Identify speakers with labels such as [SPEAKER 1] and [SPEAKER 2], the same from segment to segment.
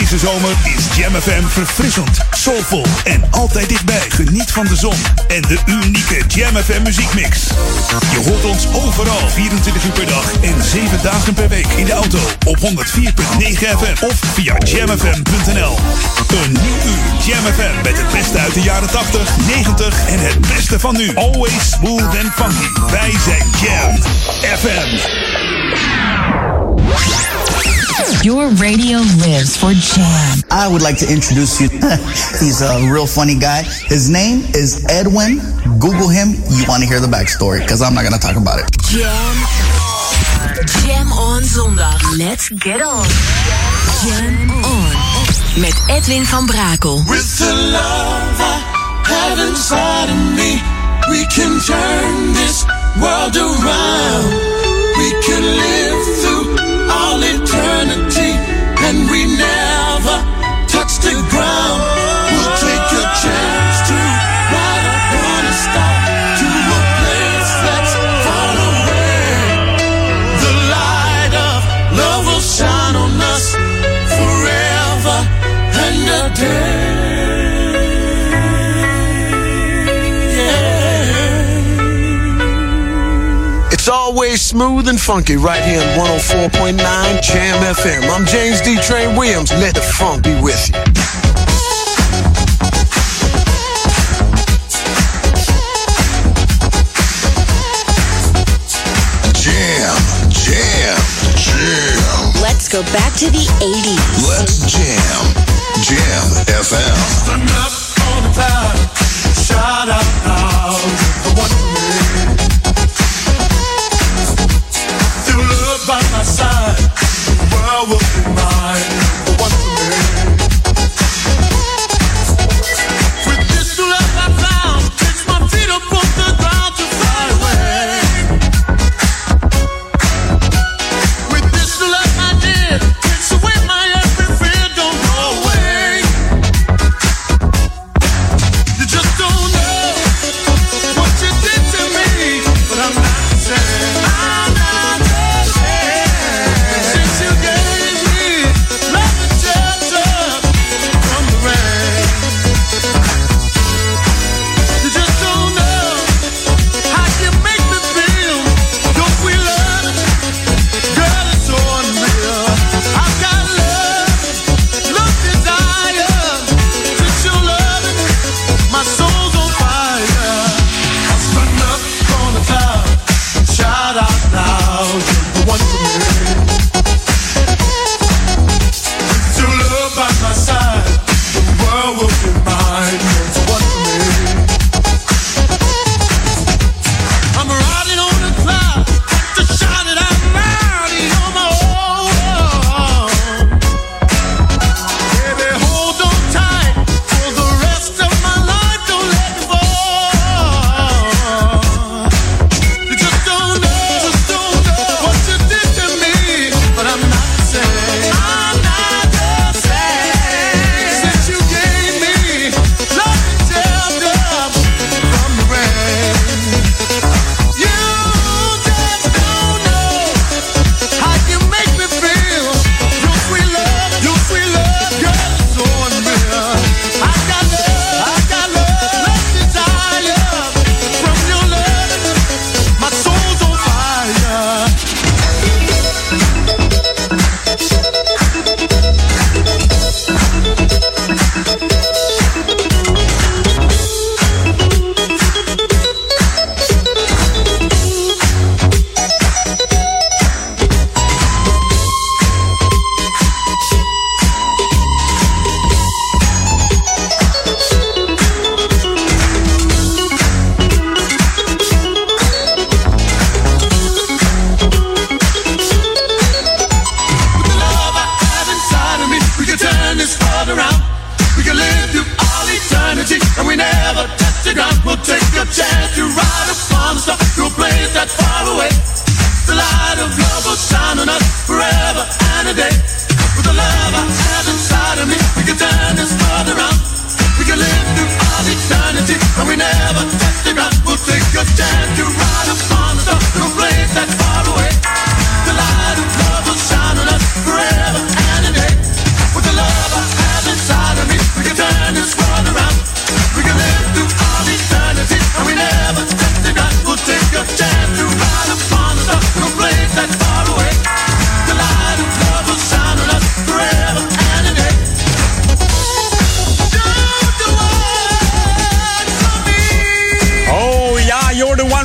[SPEAKER 1] Deze zomer is Jam FM verfrissend, soulvol en altijd dichtbij. Geniet van de zon en de unieke Jam FM muziekmix. Je hoort ons overal, 24 uur per dag en 7 dagen per week. In de auto op 104.9 FM of via jamfm.nl. Een nieuw uur Jam FM met het beste uit de jaren 80, 90 en het beste van nu. Always smooth and funky. Wij zijn Jam FM.
[SPEAKER 2] Your radio lives for Jam.
[SPEAKER 3] I would like to introduce you. He's a real funny guy. His name is Edwin. Google him. You want to hear the backstory because I'm not going to talk about it.
[SPEAKER 2] Jam on zondag. Let's get on. Jam on. Met Edwin van Brakel.
[SPEAKER 4] With the love I have inside of me, we can turn this world around. We can live through all eternity, and we never touch the ground. We'll take a chance to ride upon a star to a place that's far away. The light of love will shine on us forever and a day. It's always smooth and funky right here on 104.9 Jam FM. I'm James D. Train Williams. Let the funk be with you. Jam, jam, jam.
[SPEAKER 2] Let's go back to the 80s.
[SPEAKER 4] Let's jam. Jam FM. Stand up on the cloud. Shout out loud. The one for me. By my side, the world will be mine, the one for me. With this new love I found, takes my feet up off the ground to fly away. With this new love I did, takes away my every fear, don't go away. You just don't know what you did to me, but I'm not saying I'm not.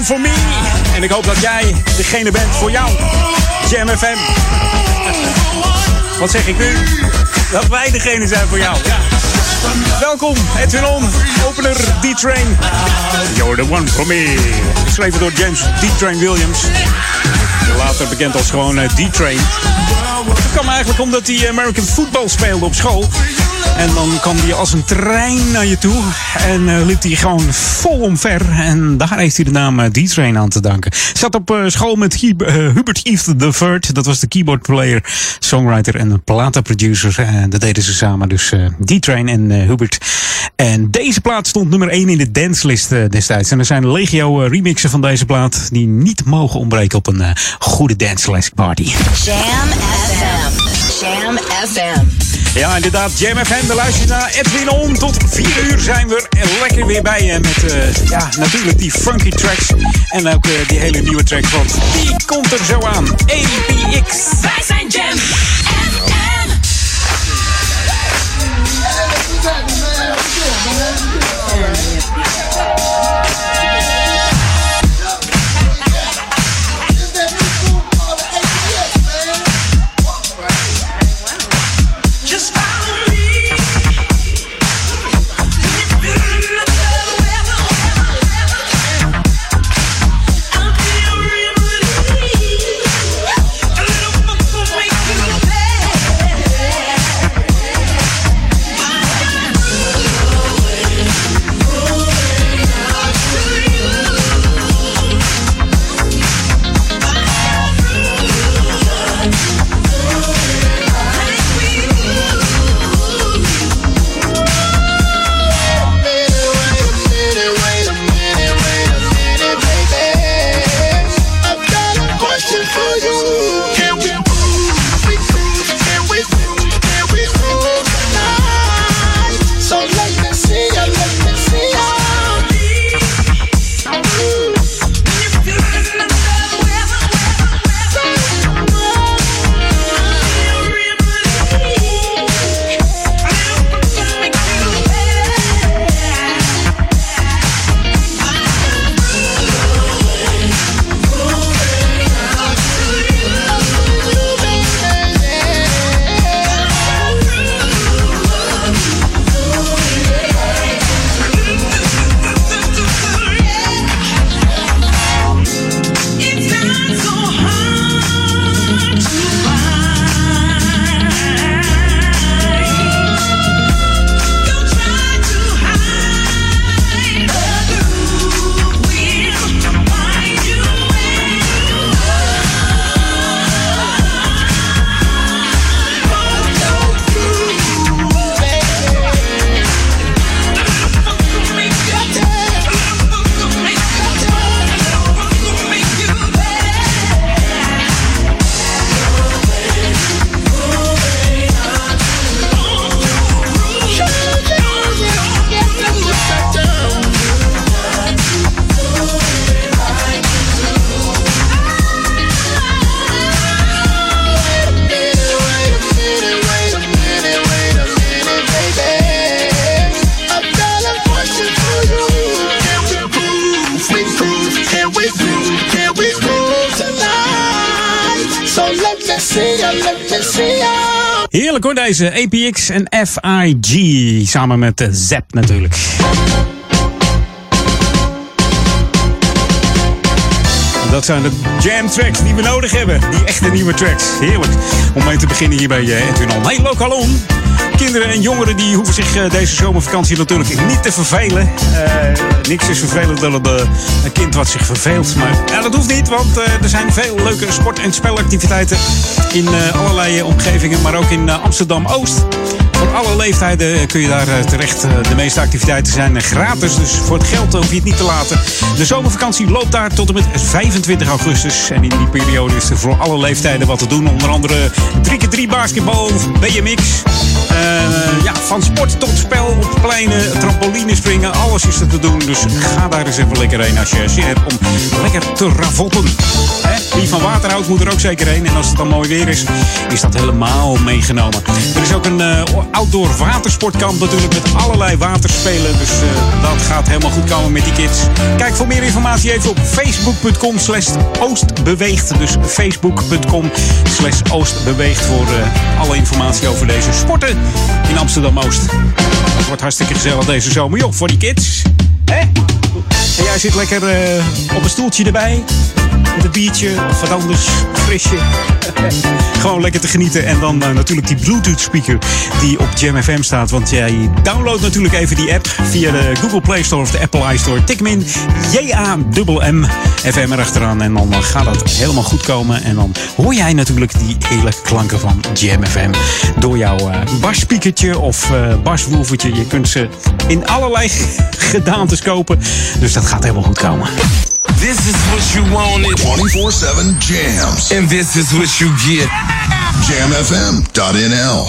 [SPEAKER 5] for me. En ik hoop dat jij degene bent voor jou. Jam FM. Wat zeg ik nu? Dat wij degene zijn voor jou. Ja. Welkom, Edwin On, opener D-Train. You're the one for me. Geschreven door James D-Train Williams. Later bekend als gewoon D-Train. Dat kwam eigenlijk omdat hij American football speelde op school. En dan kwam hij als een trein naar je toe. En liep hij gewoon vol omver. En daar heeft hij de naam D-Train aan te danken. Zat op school met Hubert Eve III. Dat was de keyboardplayer, songwriter en een platenproducer. Dat deden ze samen. Dus D-Train en Hubert. En deze plaat stond nummer 1 in de dancelist destijds. En er zijn legio remixen van deze plaat die niet mogen ontbreken op een goede dance party.
[SPEAKER 2] Jam FM. Jam FM.
[SPEAKER 5] Ja, inderdaad, Jam FM. We luisteren naar Edwin On. Tot 4 uur zijn we er lekker weer bij je. Met natuurlijk die funky tracks. En ook die hele nieuwe tracks. Want die komt er zo aan. APX.
[SPEAKER 2] Wij zijn Jam FM.
[SPEAKER 5] Heerlijk hoor, deze APX en FIG. Samen met Zep natuurlijk. Dat zijn de jam tracks die we nodig hebben. Die echte nieuwe tracks. Heerlijk. Om mee te beginnen hier bij Edwin On. Hey, Lokalon. Kinderen en jongeren die hoeven zich deze zomervakantie natuurlijk niet te vervelen. Niks is vervelender dan een kind wat zich verveelt. Maar ja, dat hoeft niet, want er zijn veel leuke sport- en spelactiviteiten in allerlei omgevingen. Maar ook in Amsterdam-Oost. Voor alle leeftijden kun je daar terecht. De meeste activiteiten zijn gratis, dus voor het geld hoef je het niet te laten. De zomervakantie loopt daar tot en met 25 augustus. En in die periode is er voor alle leeftijden wat te doen. Onder andere 3x3 basketbal, BMX. van sport tot spel op pleinen, trampolinespringen, alles is er te doen. Dus ga daar eens even lekker heen als je zin hebt om lekker te ravotten. Wie van water houdt moet er ook zeker heen. En als het dan mooi weer is, is dat helemaal meegenomen. Er is ook een outdoor watersportkamp natuurlijk met allerlei waterspelen. Dus dat gaat helemaal goed komen met die kids. Kijk voor meer informatie even op facebook.com/oostbeweegt. Dus facebook.com/oostbeweegt voor alle informatie over deze sporten in Amsterdam-Oost. Het wordt hartstikke gezellig deze zomer, joh, voor die kids. Hè? En jij zit lekker op een stoeltje erbij. Met een biertje of wat anders, frisje. Gewoon lekker te genieten. En dan natuurlijk die Bluetooth speaker die op Jam FM staat. Want jij downloadt natuurlijk even die app via de Google Play Store of de Apple iStore. Tik hem in, JAMM FM erachteraan. En dan gaat dat helemaal goed komen. En dan hoor jij natuurlijk die heerlijke klanken van Jam FM. Door jouw basspeakertje of baswoevertje. Je kunt ze in allerlei gedaantes kopen. Dus dat gaat helemaal goed komen.
[SPEAKER 6] This is what you wanted.
[SPEAKER 1] 24/7 jams.
[SPEAKER 6] And this is what you get.
[SPEAKER 1] JamFM.nl.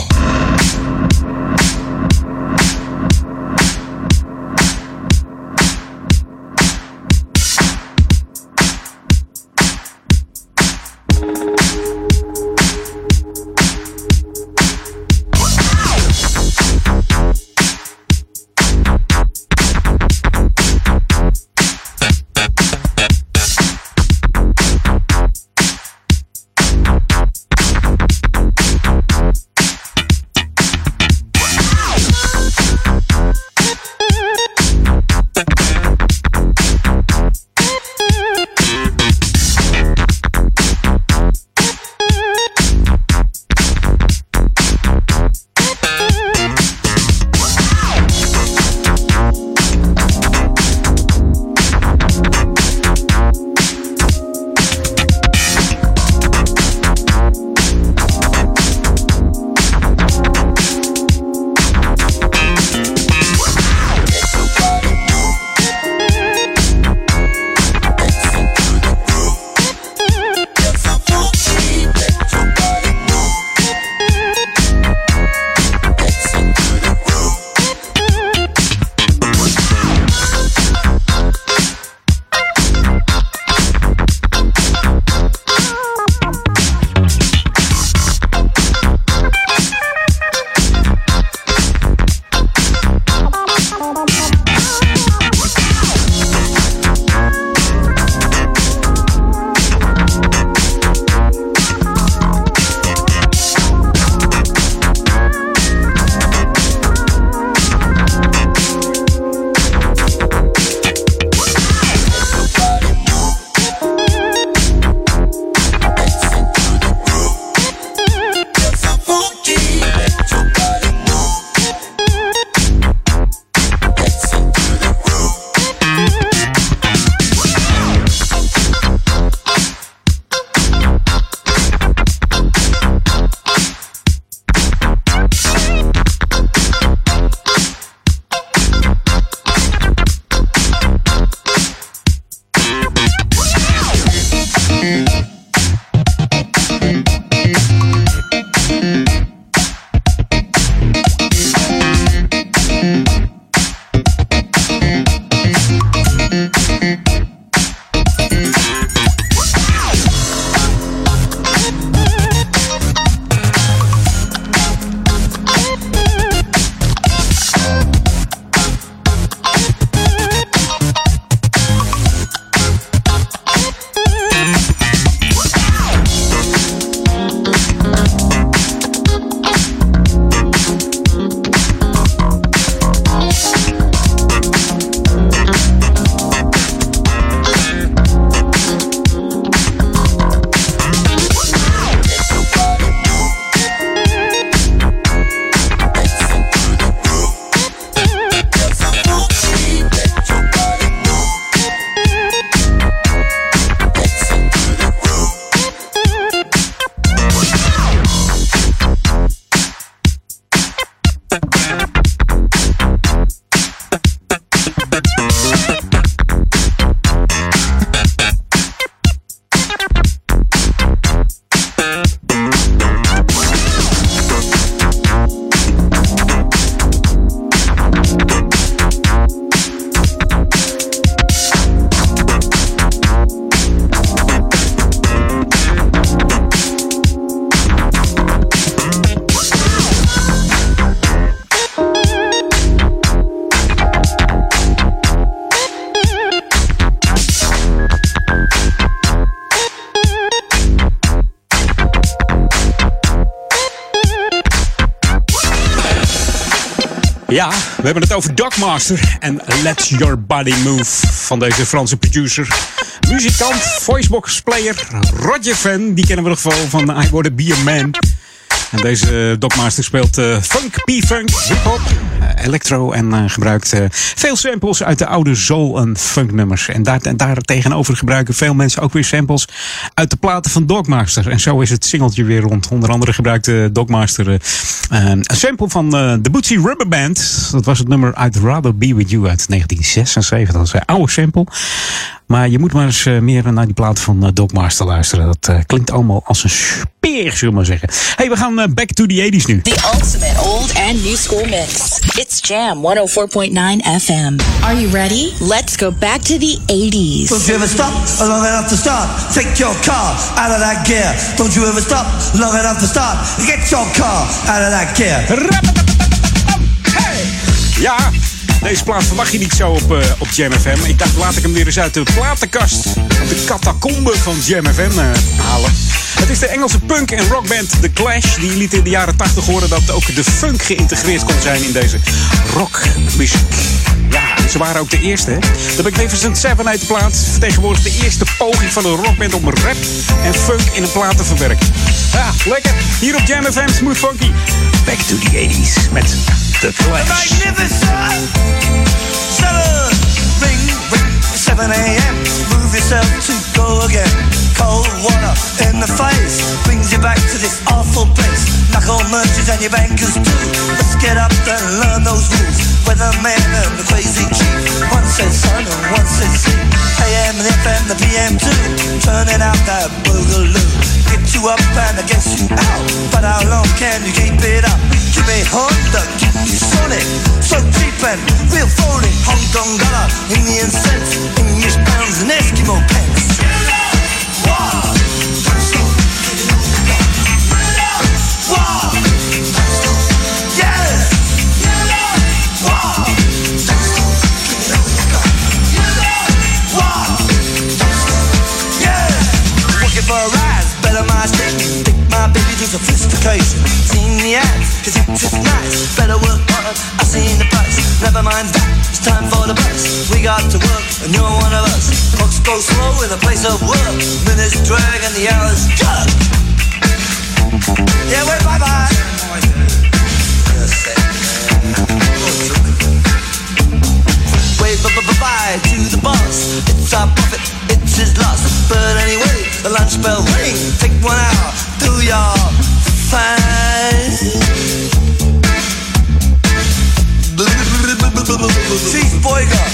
[SPEAKER 5] Ja, we hebben het over Dogmaster en Let Your Body Move van deze Franse producer. Muzikant, voicebox player, Roger Fan, die kennen we nog wel van I Wanna Be A Man. En deze Dogmaster speelt funk, P-funk, hip-hop, electro en gebruikt veel samples uit de oude soul- en funknummers. En daar tegenover gebruiken veel mensen ook weer samples uit de platen van Dogmaster. En zo is het singeltje weer rond. Onder andere gebruikte Dogmaster een sample van de Bootsy Rubber Band. Dat was het nummer I'd Rather Be With You uit 1976. Dat is een oude sample. Maar je moet maar eens meer naar die platen van Dogmaster luisteren. Dat klinkt allemaal als een speer, zullen we maar zeggen. Hey, we gaan back to the 80s nu.
[SPEAKER 2] The ultimate old and new school mix. It's Jam 104.9 FM. Are you ready? Let's go back to the 80s.
[SPEAKER 7] Don't you ever stop long enough to start? Take your car out of that gear. Don't you ever stop long enough to start? Get your car out of that gear.
[SPEAKER 5] Hey! Ja, deze plaat verwacht je niet zo op Jam FM. Ik dacht, laat ik hem weer eens uit de platenkast, de catacombe van Jam FM halen. Het is de Engelse punk- en rockband The Clash. Die liet in de jaren 80 horen dat ook de funk geïntegreerd kon zijn in deze rockmuziek. Ja, en ze waren ook de eerste, hè. De Magnificent Seven uit de plaat vertegenwoordigt de eerste poging van een rockband om rap en funk in een plaat te verwerken. Ja, lekker. Hier op Jam FM, Smooth Funky. Back to the 80s met The Clash.
[SPEAKER 7] The Magnificent Seven. Ring, ring, 7 a.m. Move yourself to go again. Cold water in the face brings you back to this awful place. Knock on merchants and your bankers too. Let's get up and learn those rules. Weatherman and the crazy chief. One says sun and one says sea. AM and FM, the PM too. Turning out that boogaloo. Get you up and I guess you out. But how long can you keep it up? Give me Honda, give me Sonic. So cheap and real phony. Hong Kong dollar, Indian cents, English pounds and Eskimo pence. For a rise, better my station. Take my baby to sophistication. Seen the ads, cause it's just nice. Better work hard, I've seen the price. Never mind that, it's time for the bus. We got to work, and you're one of us. Clocks go slow in a place of work. Minutes drag and the hours jug. Yeah, wait, bye-bye. Wave bye-bye to the boss. It's our profit, it's his loss. But anyway, the lunch bell ring. Take 1 hour, do your fine. Chief Boyga.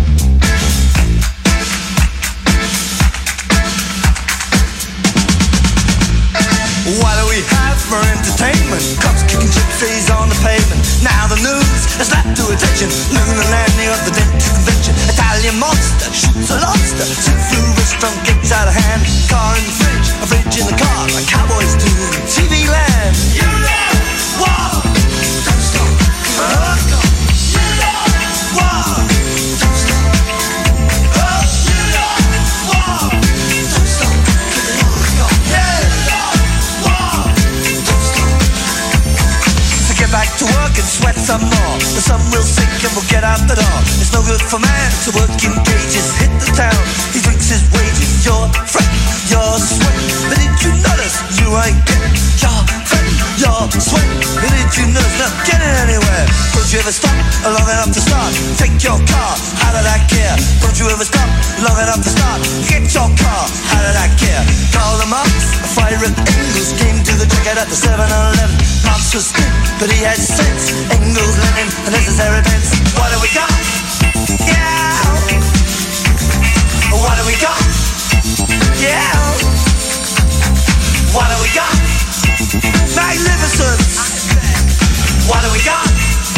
[SPEAKER 7] What do we have for entertainment? Cops kicking gypsies on the pavement. Now the news has slapped to attention. Lunar landing of the dentist convention. Italian monster shoots a lobster. Seafood restaurant gets out of hand. Car in the fridge, a fridge in the car. Like cowboys do in TV land. You know what? Don't stop. You know what? Don't stop. Oh, you know what? Don't stop. Yeah. Get back to work and sweat some more. The sun will sink and we'll get out the door. It's no good for man to work in cages. Hit the town, he drinks his wages. Your friend, your sweat. But did you notice you ain't getting your friend, your sweat? But did you notice not getting anywhere? Don't you ever stop long enough to start? Take your car out of that gear. Don't you ever stop long enough to start? Get your car out of that gear. Call them up, a fire at Engels came to the ticket at the 7-Eleven. Marx was stiff, but he had sense. Engels, Lenin, a necessary events. What do we got? Yeah. What do we got? Yeah. What do we got? Magnificent. What do we got?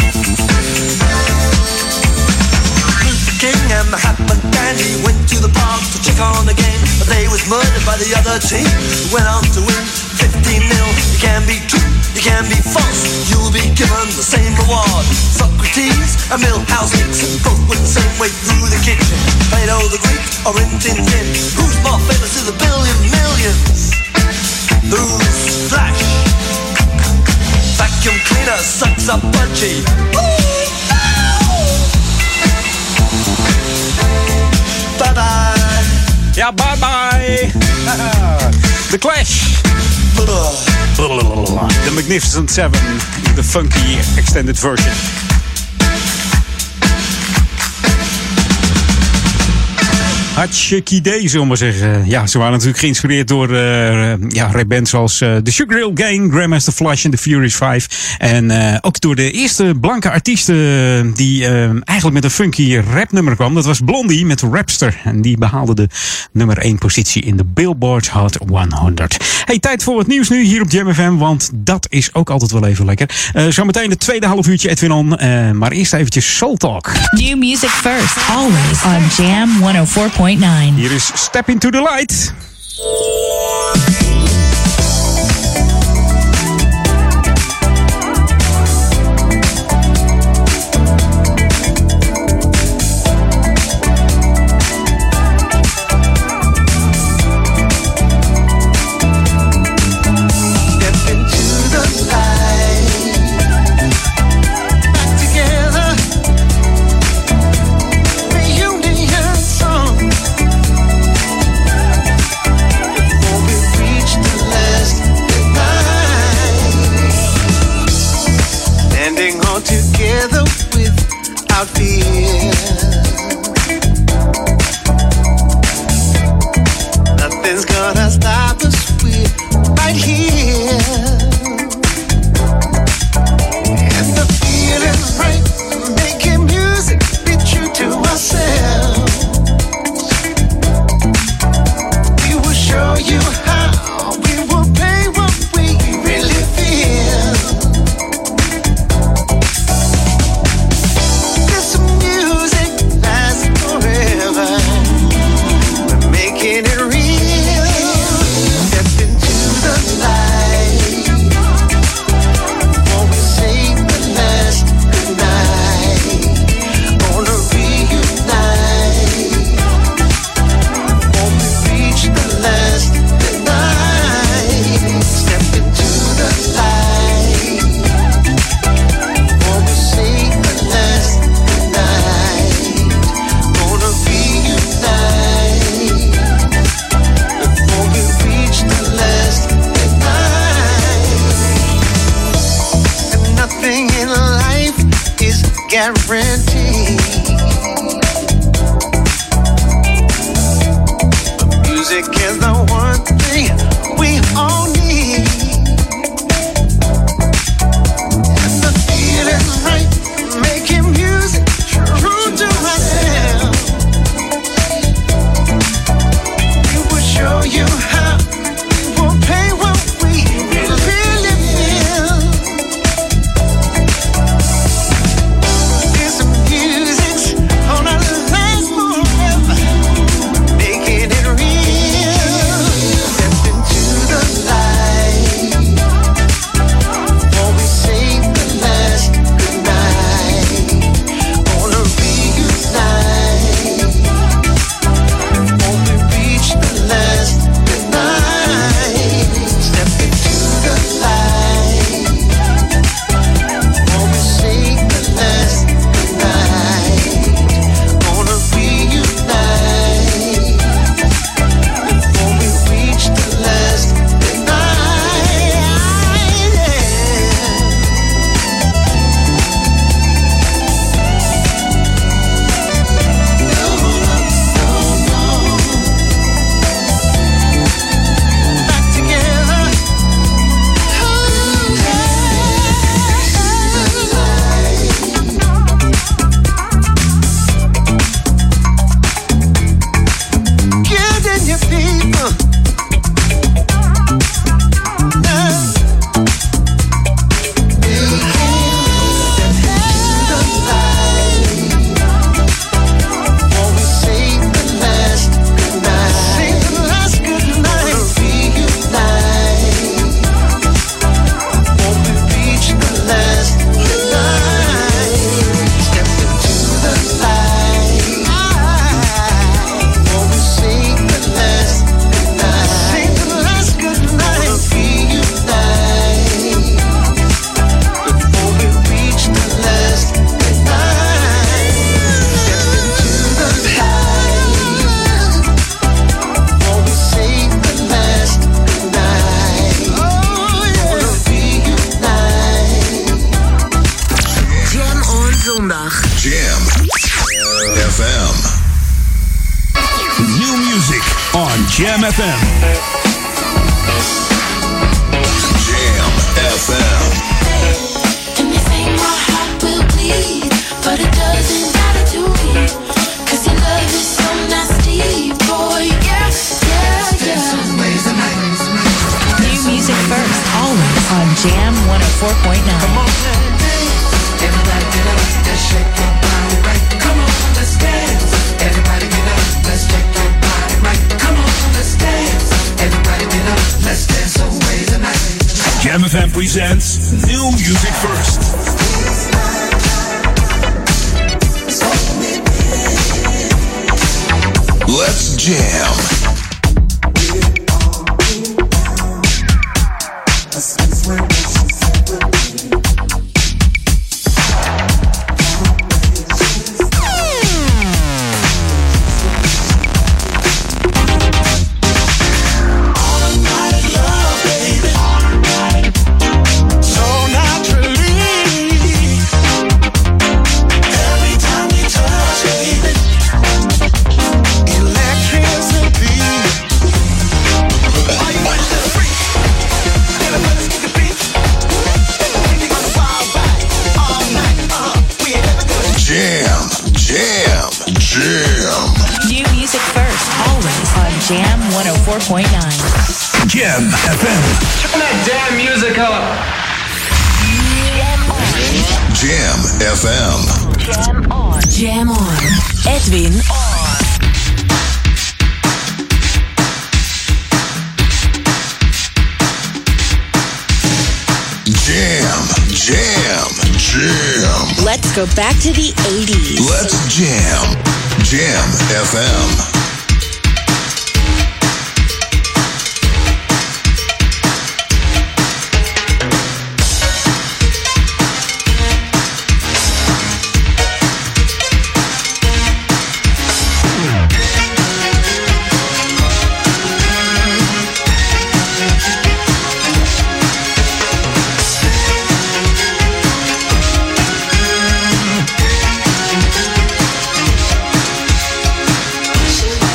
[SPEAKER 7] Luther King and Mahatma Gandhi went to the park to check on the game, but they was murdered by the other team. Went on to win 15 mil. You can be true, you can be false. You'll be given the same reward. Socrates and Milhouse Nixon both went the same way through the kitchen. Plato the Greek or Rin Tin Tin. Who's more famous to the billion millions? Who's Flash? Vacuum cleaner sucks up budgie. Ooh. bye.
[SPEAKER 5] Ja, bye bye. The Clash. The Magnificent Seven. The funky extended version. Hartstikke idee, zullen we maar zeggen. Ja, ze waren natuurlijk geïnspireerd door rap bands zoals The Sugar Hill Gang, Grandmaster Flash en The Furious 5. En ook door de eerste blanke artiesten die eigenlijk met een funky rapnummer kwam. Dat was Blondie met Rapster. En die behaalde de nummer 1 positie in de Billboard Hot 100. Hey, tijd voor wat nieuws nu hier op Jam FM, want dat is ook altijd wel even lekker. Zometeen de tweede half uurtje Edwin On. Maar eerst eventjes Soul Talk.
[SPEAKER 2] New music first, always on Jam 104.9.
[SPEAKER 5] Hier is Step Into the Light.
[SPEAKER 4] Together without fear. Nothing's gonna stop us, we're right here. And the feeling's right, making music, be true to ourselves. We will show you how, we will pay what we really feel. Guaranteed. Music is the one thing we all need. And the feeling's right, making music true to ourselves. We will show you how, we will pay what we really feel. Step into
[SPEAKER 2] zondag.
[SPEAKER 1] Jam FM. New music on Jam FM. Jam FM.
[SPEAKER 4] And they say my heart will bleed, but it doesn't matter to me, 'cause your love is so nasty, boy. Yeah, yeah, yeah.
[SPEAKER 2] New music first, always on Jam 104.9.
[SPEAKER 4] Come on, everybody get up, let's shake your body right. Come on, let's dance. Everybody get up, let's shake your body right. Come on, let's dance. Everybody get up, let's dance away the night.
[SPEAKER 1] Jam FM presents New Music First. Let's jam.
[SPEAKER 2] Jam 104.9.
[SPEAKER 1] Jam FM.
[SPEAKER 8] Turn that damn music up.
[SPEAKER 1] Jam FM.
[SPEAKER 2] Jam on. Jam on. Edwin on.
[SPEAKER 1] Jam, jam, jam.
[SPEAKER 2] Let's go back to the 80s.
[SPEAKER 1] Let's jam. Jam FM.
[SPEAKER 4] Should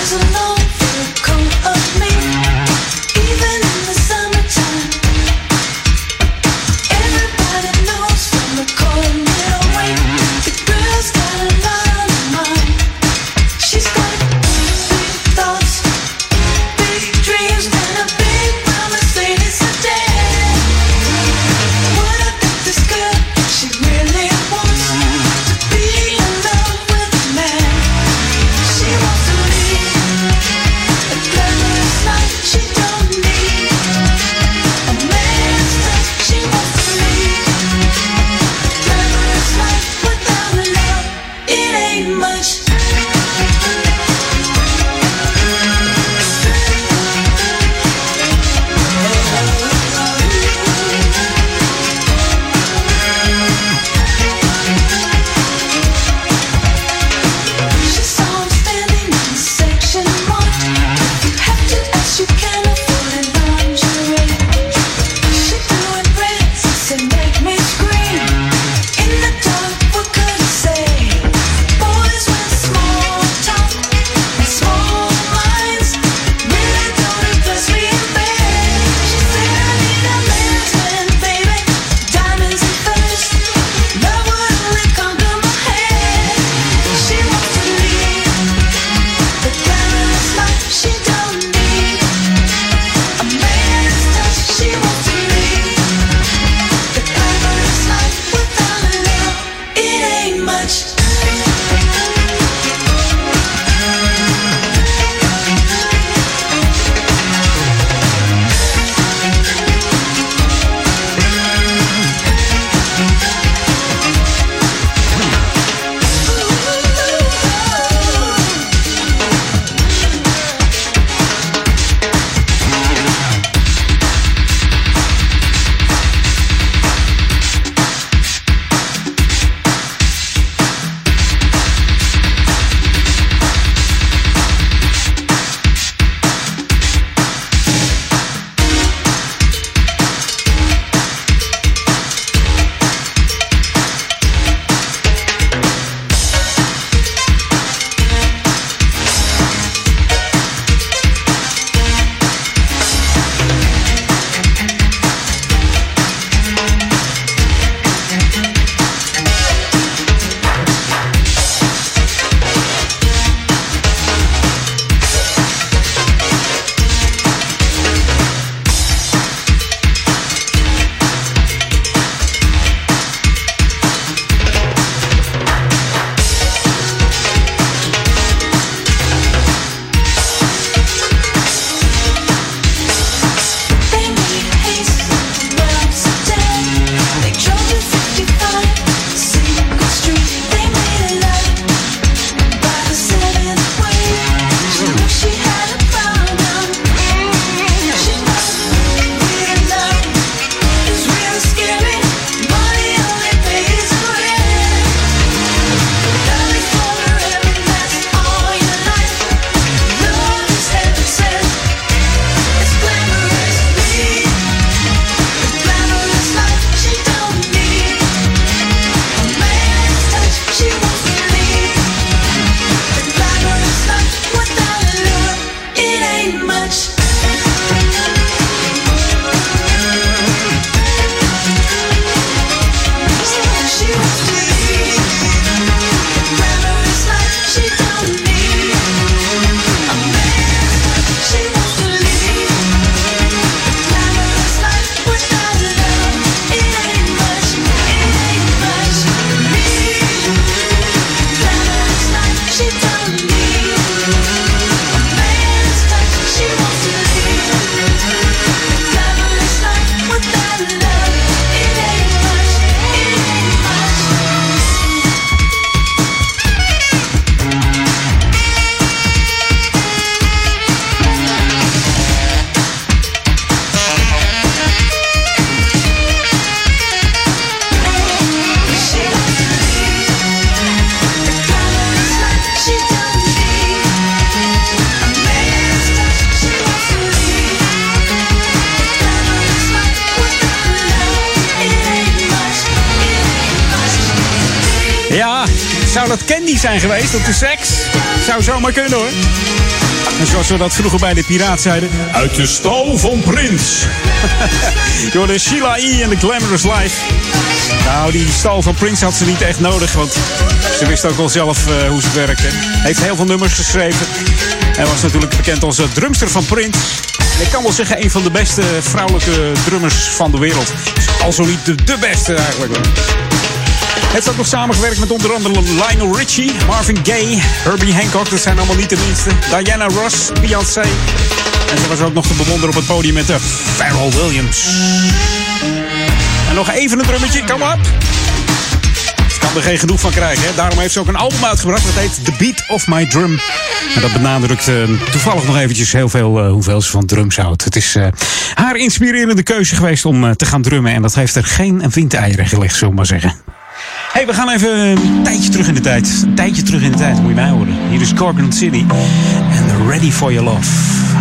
[SPEAKER 5] Zou dat Candy zijn geweest op de seks? Zou zomaar kunnen hoor. En zoals we dat vroeger bij de Piraat zeiden... uit de stal van Prins. Door de Sheila E. en de Glamorous Life. Nou, die stal van Prince had ze niet echt nodig, want ze wist ook wel zelf hoe ze werkte. Heeft heel veel nummers geschreven. En was natuurlijk bekend als drumster van Prince. En ik kan wel zeggen, een van de beste vrouwelijke drummers van de wereld. Al zo niet de beste eigenlijk. Heeft ook nog samengewerkt met onder andere Lionel Richie, Marvin Gaye, Herbie Hancock. Dat zijn allemaal niet de minste. Diana Ross, Beyoncé. En ze was ook nog te bewonderen op het podium met Pharrell Williams. En nog even een drummetje, come up. Ik kan er geen genoeg van krijgen. Hè? Daarom heeft ze ook een album uitgebracht. Dat heet The Beat of My Drum. En dat benadrukt toevallig nog eventjes heel veel hoeveel ze van drums houdt. Het is haar inspirerende keuze geweest om te gaan drummen. En dat heeft er geen windeieren gelegd, zullen we maar zeggen. Hey, we gaan even een tijdje terug in de tijd. Een tijdje terug in de tijd, moet je mij horen. Hier is Gorgon City en Ready for Your Love.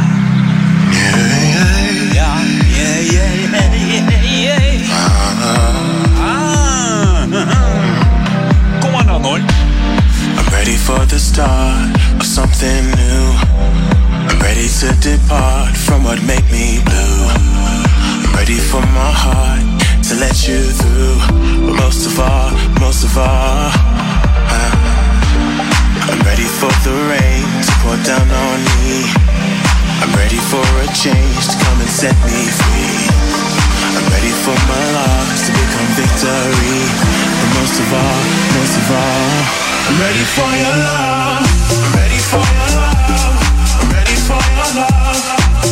[SPEAKER 5] Kom maar dan hoor.
[SPEAKER 9] I'm ready for the start of something new. I'm ready to depart from what made me blue. I'm ready for my heart to let you through. But most of all, I'm ready for the rain to pour down on me. I'm ready for a change to come and set me free. I'm ready for my loss to become victory. But most of all, I'm ready for your love. I'm ready for your love. I'm ready for your love.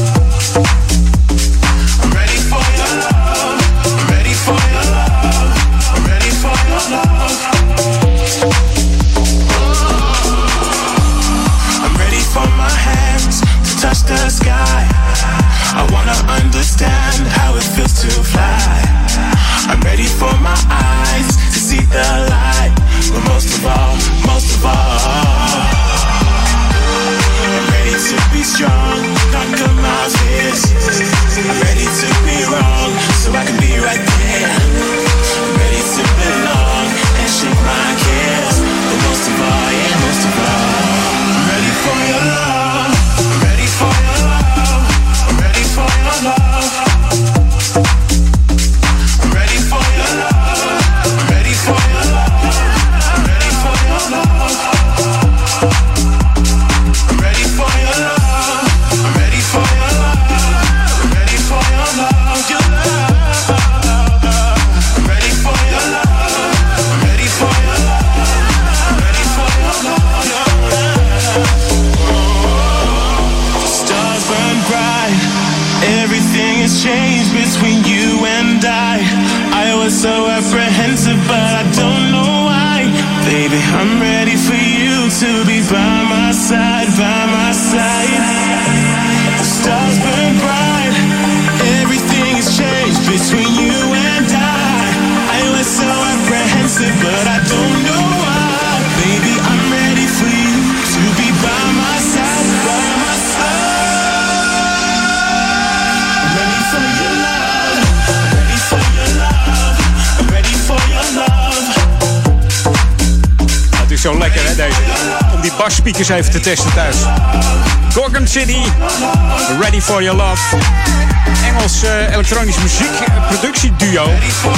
[SPEAKER 9] I'm ready for your love. I'm ready for your love. I'm ready for your love. I'm ready for my hands to touch the sky. I wanna understand how it feels to fly. I'm ready for my eyes to see the light. But most of all, I'm ready to be strong, conquer my fears. I'm ready to be wrong, so I can be right there. I'm ready to belong and shake my cares. But most of all, I'm ready for your love. I'm ready for your love. I'm ready for your love. I'm ready for your love. I'm ready for your love. I'm ready for your love. I'm ready for your love. I'm ready for your love. I'm ready for your love. Your love. I'm ready for your love. I'm ready for your love. I'm ready for your love. Your love. Stars burn bright. Everything has changed between you and I was so apprehensive, but I don't know why. Baby, I'm ready for you to be by my side, by my side. The stars burn bright. Everything has changed between you and I was so apprehensive, but I don't know why. Baby, I'm ready for you to be by my side, by my side. I'm ready for your love. I'm ready for your love. I'm ready for your love.
[SPEAKER 5] Het is zo lekker hè deze. Om die basspeakers even te testen thuis. Gorgon City, Ready for Your Love. Engels elektronische muziek productieduo.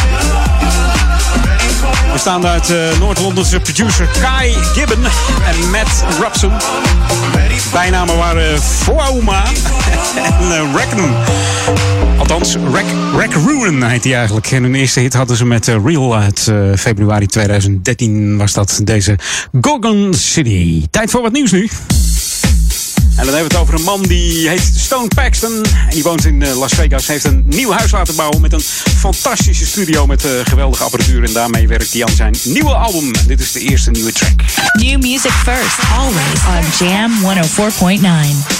[SPEAKER 5] Bestaande uit Noord-Londense producer Kai Gibbon en Matt Robson. Bijnamen waren Flauma en Raccoon. Althans, Raccoon heet hij eigenlijk. En hun eerste hit hadden ze met Real uit februari 2013 was dat deze Gorgon City. Tijd voor wat nieuws nu. En dan hebben we het over een man die heet Stone Paxton. En die woont in Las Vegas. Heeft een nieuw huis laten bouwen met een fantastische studio met geweldige apparatuur. En daarmee werkt hij aan zijn nieuwe album. Dit is de eerste nieuwe track.
[SPEAKER 2] New music first, always on Jam 104.9.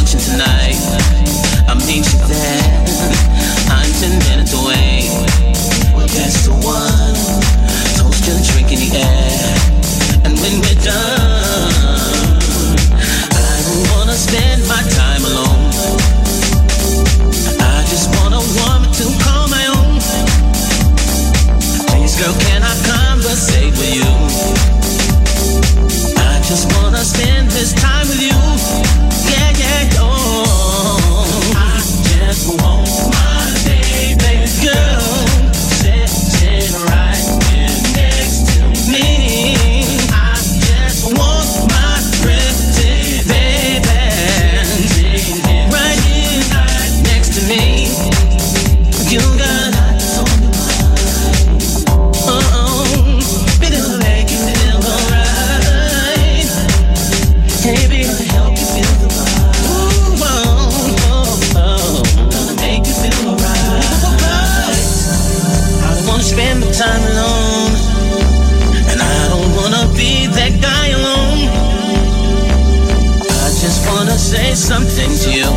[SPEAKER 10] attention tonight. I'll meet you there. I'm 10 minutes away. Well, guess the one. Toast and drink in the air. And when we're done, I don't wanna spend my time alone. I just want a woman to call my own. Please, girl, can I conversate with you? I just wanna spend this time with you. Yeah, yeah, oh. I just want my baby girl sitting right here next to me. I just want my pretty baby right here next to me. You got spend the time alone, and I don't wanna be that guy alone. I just wanna say something to you.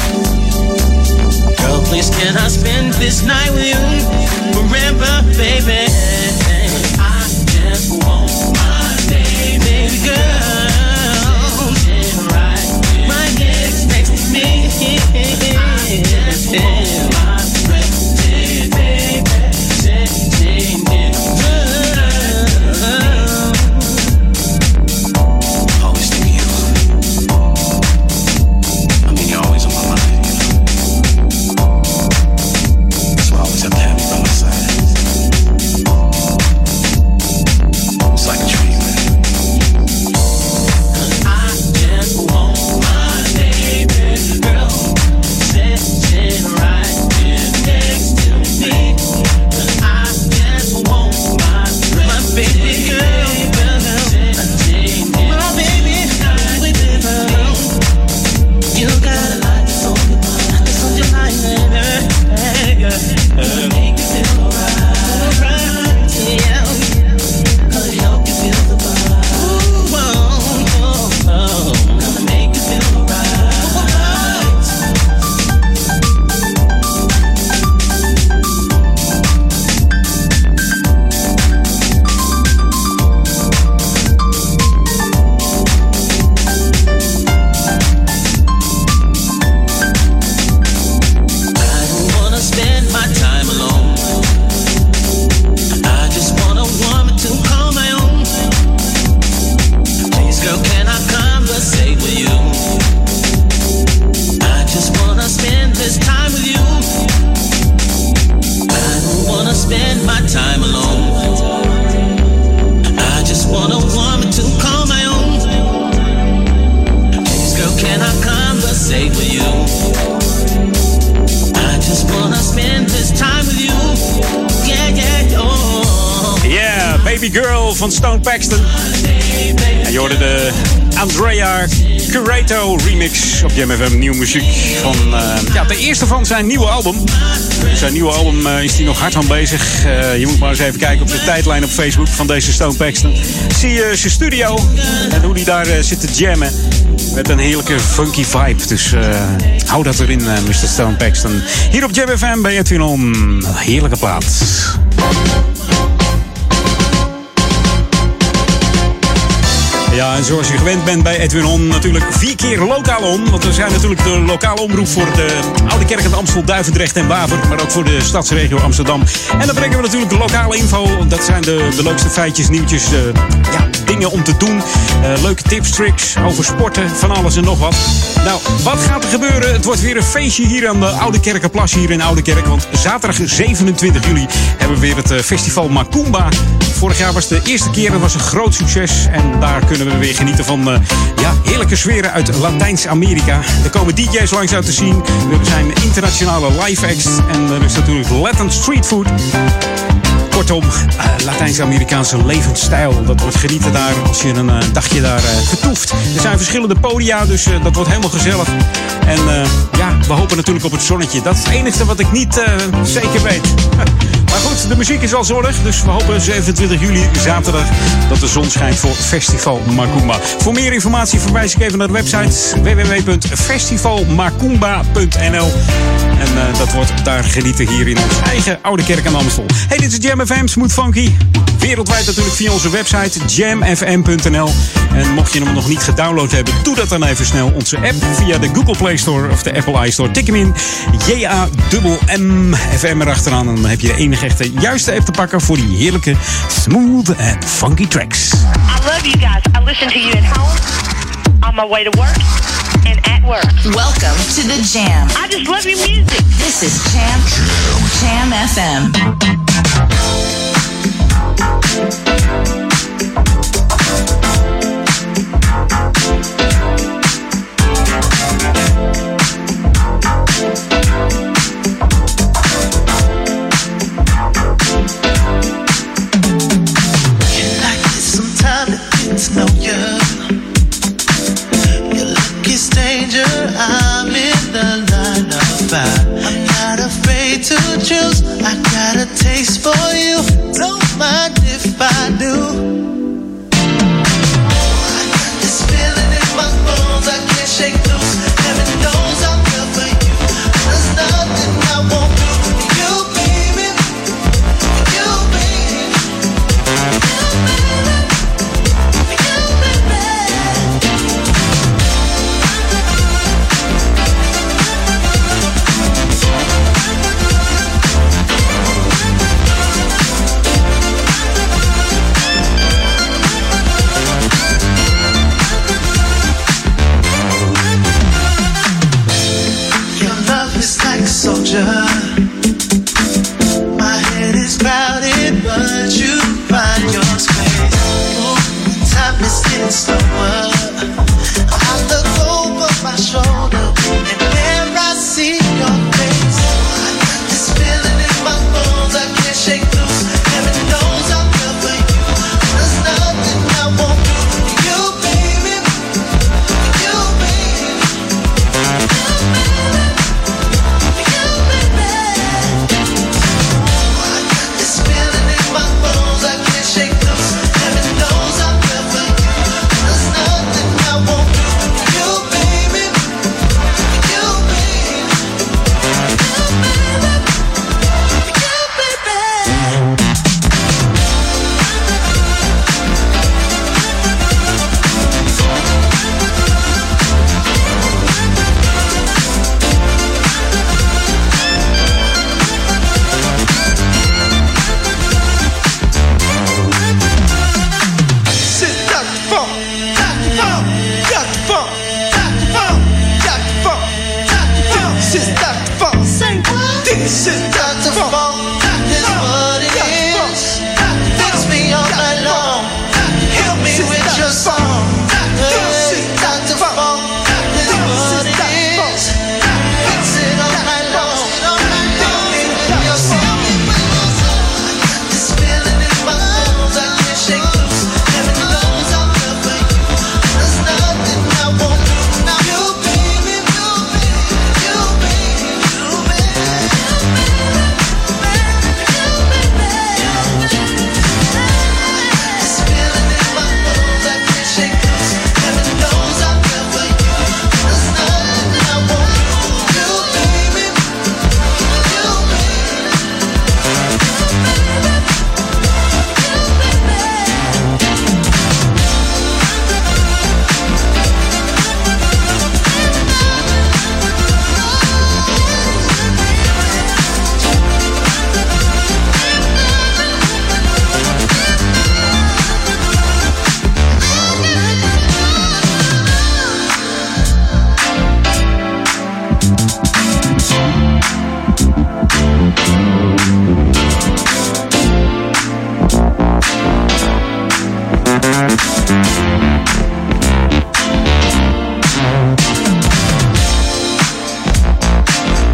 [SPEAKER 10] Girl, please can I spend this night with you forever, baby? I just want my baby girl right here next to me. I just want my pretty baby. Always thinking you. I mean, you're always on my mind, you know. So I always have to have you by my side. It's like a dream, man. I just want my baby girl sitting right here next to me. Baby girl, my baby, you got a lot that's on your mind, baby. Make you feel alright, yeah. Gonna help you feel the vibe. Gonna make you feel alright. Spend my time alone. I just want a woman to call my own. Please, girl, can I conversate with you? I just wanna spend this time with you. Yeah, yeah, oh.
[SPEAKER 5] Yeah, Baby Girl van Stone Paxton. En je hoorde de Andrea Curato remix op Jam FM. Nieuwe muziek van de eerste van zijn nieuwe album. Zijn nieuwe album is hij nog hard aan bezig. Je moet maar eens even kijken op de tijdlijn op Facebook van deze Stone Paxton. Zie je zijn studio en hoe hij daar zit te jammen. Met een heerlijke funky vibe. Dus hou dat erin, Mr. Stone Paxton. Hier op Jam FM bij Edwin On. Heerlijke plaat. Ja, en zoals je gewend bent bij Edwin On, natuurlijk 4 keer lokaal on. Want we zijn natuurlijk de lokale omroep voor de Oude Kerk en Amstel, Duivendrecht en Waver. Maar ook voor de stadsregio Amsterdam. En dan brengen we natuurlijk de lokale info. Dat zijn de leukste feitjes, nieuwtjes, dingen om te doen. Leuke tips, tricks over sporten, van alles en nog wat. Nou, wat gaat er gebeuren? Het wordt weer een feestje hier aan de Oude Kerkenplas hier in Oude Kerk. Want zaterdag 27 juli hebben we weer het festival Macumba. Vorig jaar was de eerste keer, dat was een groot succes. En daar kunnen we weer genieten van heerlijke sferen uit Latijns-Amerika. Er komen DJ's langs uit te zien. Er zijn internationale live acts. En er is natuurlijk Latin street food. Kortom, Latijns-Amerikaanse levensstijl. Dat wordt genieten daar als je een dagje daar vertoeft. Er zijn verschillende podia, dus dat wordt helemaal gezellig. En ja, we hopen natuurlijk op het zonnetje. Dat is het enige wat ik niet zeker weet. Maar goed, de muziek is al zonnig. Dus we hopen 27 juli, zaterdag, dat de zon schijnt voor Festival Macumba. Voor meer informatie verwijs ik even naar de website www.festivalmacumba.nl. En dat wordt daar genieten hier in onze eigen Oude Kerk aan Amstel. Hey, dit is Jam FM, Smooth Funky. Wereldwijd natuurlijk via onze website jamfm.nl. En mocht je hem nog niet gedownload hebben, doe dat dan even snel. Onze app via de Google Play Store of de Apple iStore. Tik hem in, JAMM FM erachteraan. En dan heb je de enige echte juiste app te pakken voor die heerlijke smooth en funky tracks.
[SPEAKER 11] I love you guys. I listen to you at home, on my way to work, and at work.
[SPEAKER 2] Welcome to the Jam.
[SPEAKER 11] I just love your music.
[SPEAKER 2] This is Jam FM.
[SPEAKER 7] Know you. Your look is danger. I'm in the line of fire. I'm not afraid to choose. I got a taste for you. Don't mind if I do. I got this feeling in my bones. I can't shake loose. Heaven knows I'm good for you. There's nothing I won't do for you, baby. For you, baby. Soldier, my head is crowded, but you find your space. Ooh, time is getting slower. I look over my shoulder, and there I see your face. I got this feeling in my bones, I can't shake loose. Heaven knows I'm good for you. There's nothing I won't do for you, baby. For you, baby.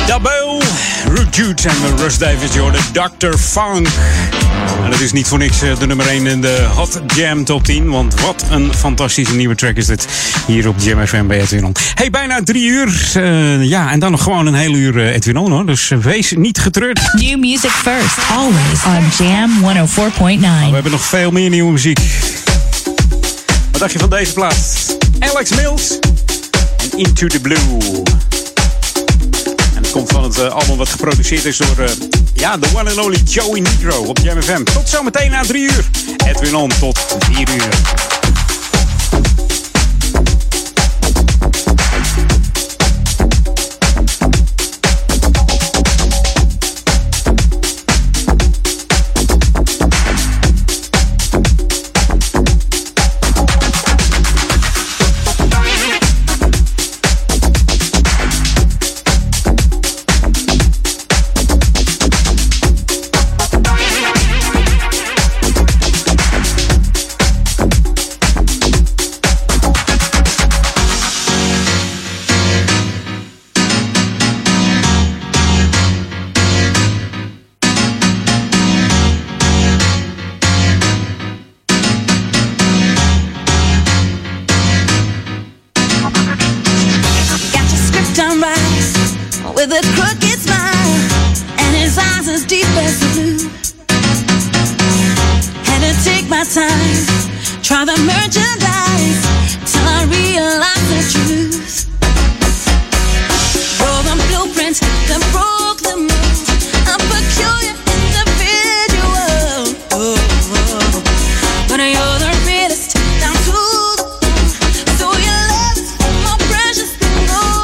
[SPEAKER 5] Double, Ruth Jude en Russ Davis, je hoorde Dr. Funk. En dat is niet voor niks de nummer 1 in de Hot Jam Top 10. Want wat een fantastische nieuwe track is dit. Hier op Jam FM bij Edwin On. Hey, bijna 3 uur. Ja, en dan nog gewoon een hele uur Edwin On, hoor. Dus wees niet getreurd.
[SPEAKER 2] New music first, always on Jam 104.9.
[SPEAKER 5] We hebben nog veel meer nieuwe muziek. Wat dacht je van deze plaat? Alex Mills en Into the Blue. En het komt van het album wat geproduceerd is door the one and only Joey Negro op Jam FM. Tot zometeen na 3 uur. Edwin On tot 4 uur.
[SPEAKER 10] With a crooked smile and his eyes as deep as the blue. Had to take my time, try the merchandise till I realized the truth. You're the blueprint that broke the mold, a peculiar individual. But you're the realest down to the bone, so your love's more precious than gold.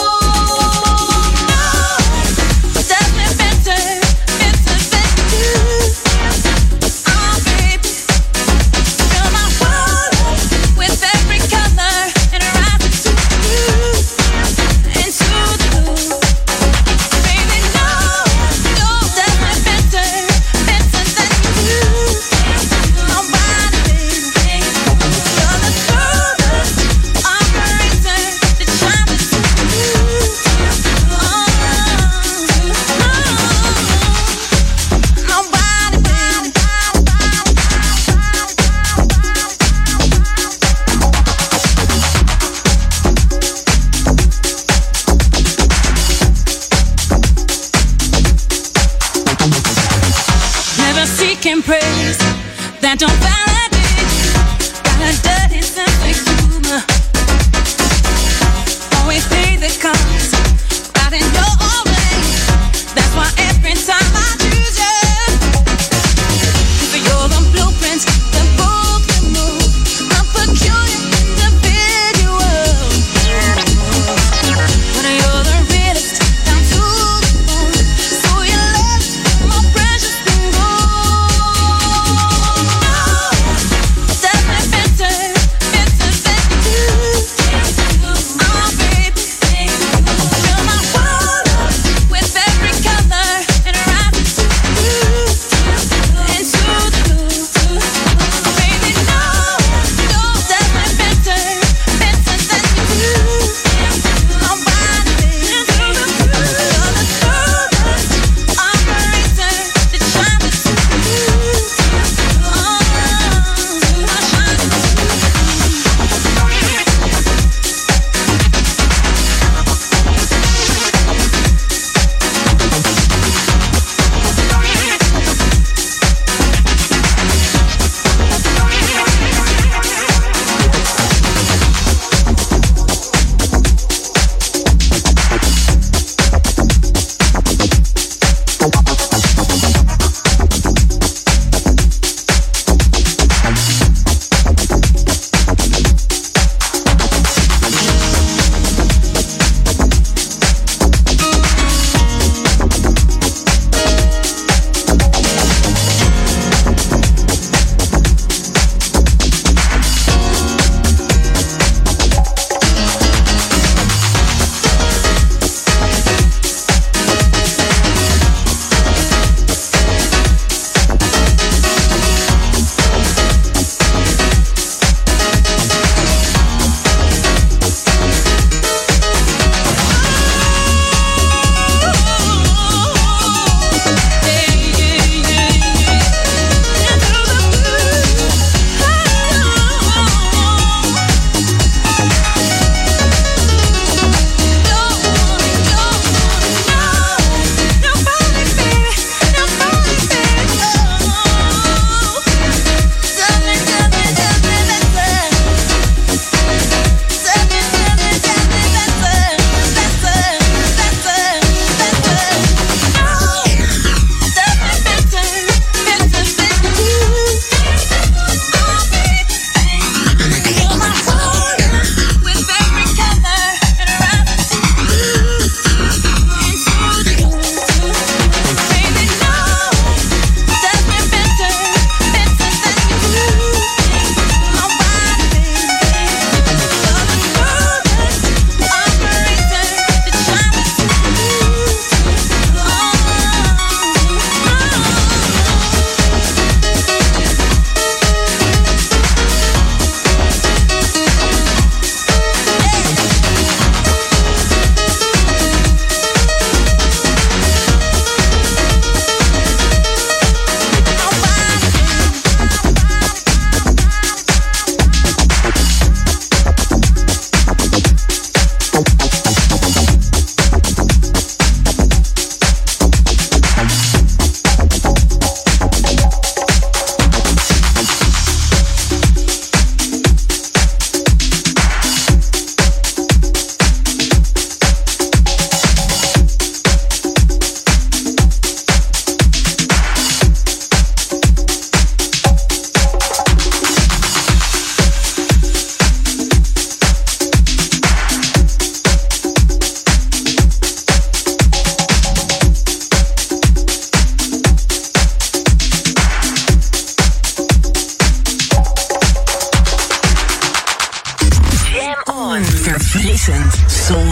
[SPEAKER 10] Praise that don't validate, got a dirty sense of humor. Always pay the cost, right in your own way. That's why every time I choose you, you're the blueprint that broke the mold, a peculiar individual. But you're the realest down to the bone, so your love's more precious than gold.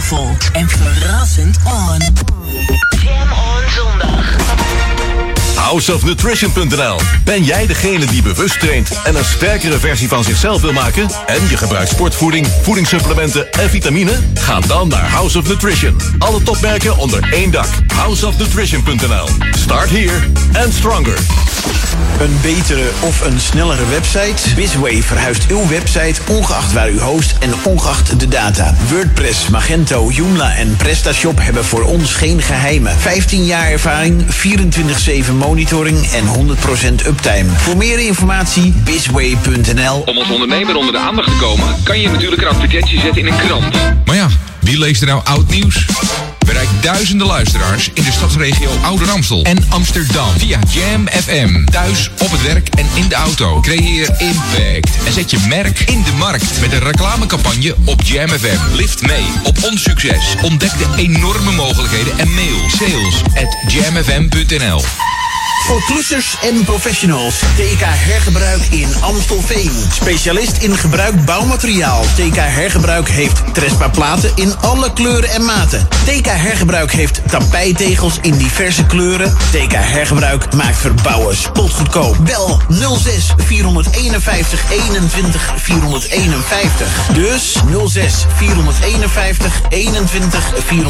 [SPEAKER 2] soulful en verrassend on. Jam on zondag.
[SPEAKER 12] Houseofnutrition.nl. Ben jij degene die bewust traint en een sterkere versie van zichzelf wil maken? En je gebruikt sportvoeding, voedingssupplementen en vitamine? Ga dan naar House of Nutrition. Alle topmerken onder één dak. Houseofnutrition.nl. Start here and stronger.
[SPEAKER 13] Een betere of een snellere website? Bizway verhuist uw website ongeacht waar u host en ongeacht de data. WordPress, Magento, Joomla en PrestaShop hebben voor ons geen geheimen. 15 jaar ervaring, 24/7 monitoring en 100% uptime. Voor meer informatie bizway.nl.
[SPEAKER 14] Om als ondernemer onder de aandacht te komen, kan je natuurlijk een advertentie zetten in een krant.
[SPEAKER 15] Maar ja, wie leest er nou oud nieuws? Bereik duizenden luisteraars in de stadsregio Ouder Amstel en Amsterdam via Jam FM. Thuis, op het werk en in de auto. Creëer impact en zet je merk in de markt met een reclamecampagne op Jam FM. Lift mee op ons succes. Ontdek de enorme mogelijkheden en mail sales@jamfm.nl.
[SPEAKER 13] Voor klussers en professionals. TK Hergebruik in Amstelveen. Specialist in gebruikt bouwmateriaal. TK Hergebruik heeft Trespa platen in alle kleuren en maten. TK Hergebruik heeft tapijtegels in diverse kleuren. TK Hergebruik maakt verbouwen spotgoedkoop. Bel 06 451 21 451. Dus 06 451 21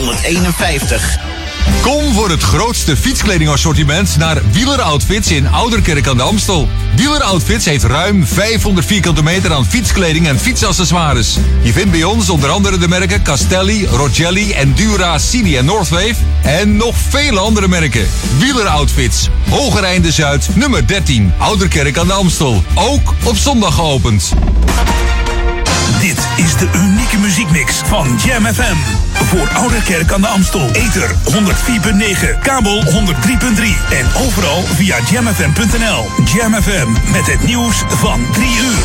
[SPEAKER 13] 451.
[SPEAKER 16] Kom voor het grootste fietskledingassortiment naar Wieler Outfits in Ouderkerk aan de Amstel. Wieler Outfits heeft ruim 500 vierkante meter aan fietskleding en fietsaccessoires. Je vindt bij ons onder andere de merken Castelli, Rogelli, Endura, Cini en Northwave. En nog vele andere merken. Wieler Outfits, Hogereinde Zuid, nummer 13, Ouderkerk aan de Amstel. Ook op zondag geopend.
[SPEAKER 1] Dit is de unieke muziekmix van Jam FM. Voor Ouderkerk aan de Amstel. Ether 104.9, kabel 103.3 en overal via jamfm.nl. Jam FM met het nieuws van 3 uur.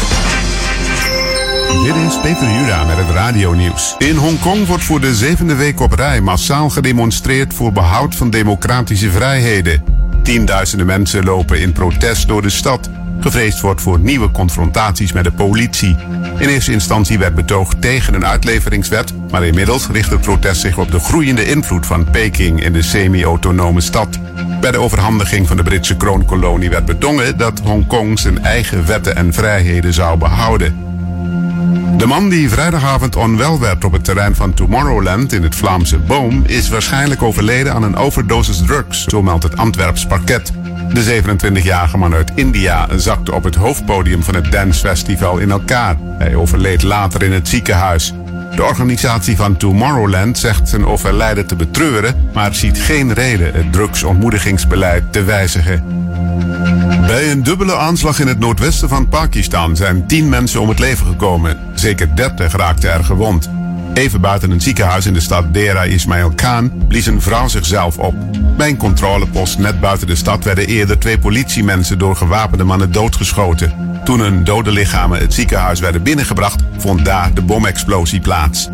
[SPEAKER 17] Dit is Peter Jura met het radionieuws. In Hongkong wordt voor de 7e week op rij massaal gedemonstreerd voor behoud van democratische vrijheden. Tienduizenden mensen lopen in protest door de stad. Gevreesd wordt voor nieuwe confrontaties met de politie. In eerste instantie werd betoogd tegen een uitleveringswet, maar inmiddels richt het protest zich op de groeiende invloed van Peking in de semi-autonome stad. Bij de overhandiging van de Britse kroonkolonie werd bedongen dat Hongkong zijn eigen wetten en vrijheden zou behouden. De man die vrijdagavond onwel werd op het terrein van Tomorrowland in het Vlaamse Boom is waarschijnlijk overleden aan een overdosis drugs, zo meldt het Antwerps Parket. De 27-jarige man uit India zakte op het hoofdpodium van het dancefestival in elkaar. Hij overleed later in het ziekenhuis. De organisatie van Tomorrowland zegt zijn overlijden te betreuren, maar ziet geen reden het drugsontmoedigingsbeleid te wijzigen. Bij een dubbele aanslag in het noordwesten van Pakistan zijn 10 mensen om het leven gekomen. Zeker 30 raakten er gewond. Even buiten een ziekenhuis in de stad Dera Ismail Khan blies een vrouw zichzelf op. Bij een controlepost net buiten de stad werden eerder 2 politiemensen door gewapende mannen doodgeschoten. Toen hun dode lichamen het ziekenhuis werden binnengebracht, vond daar de bomexplosie plaats.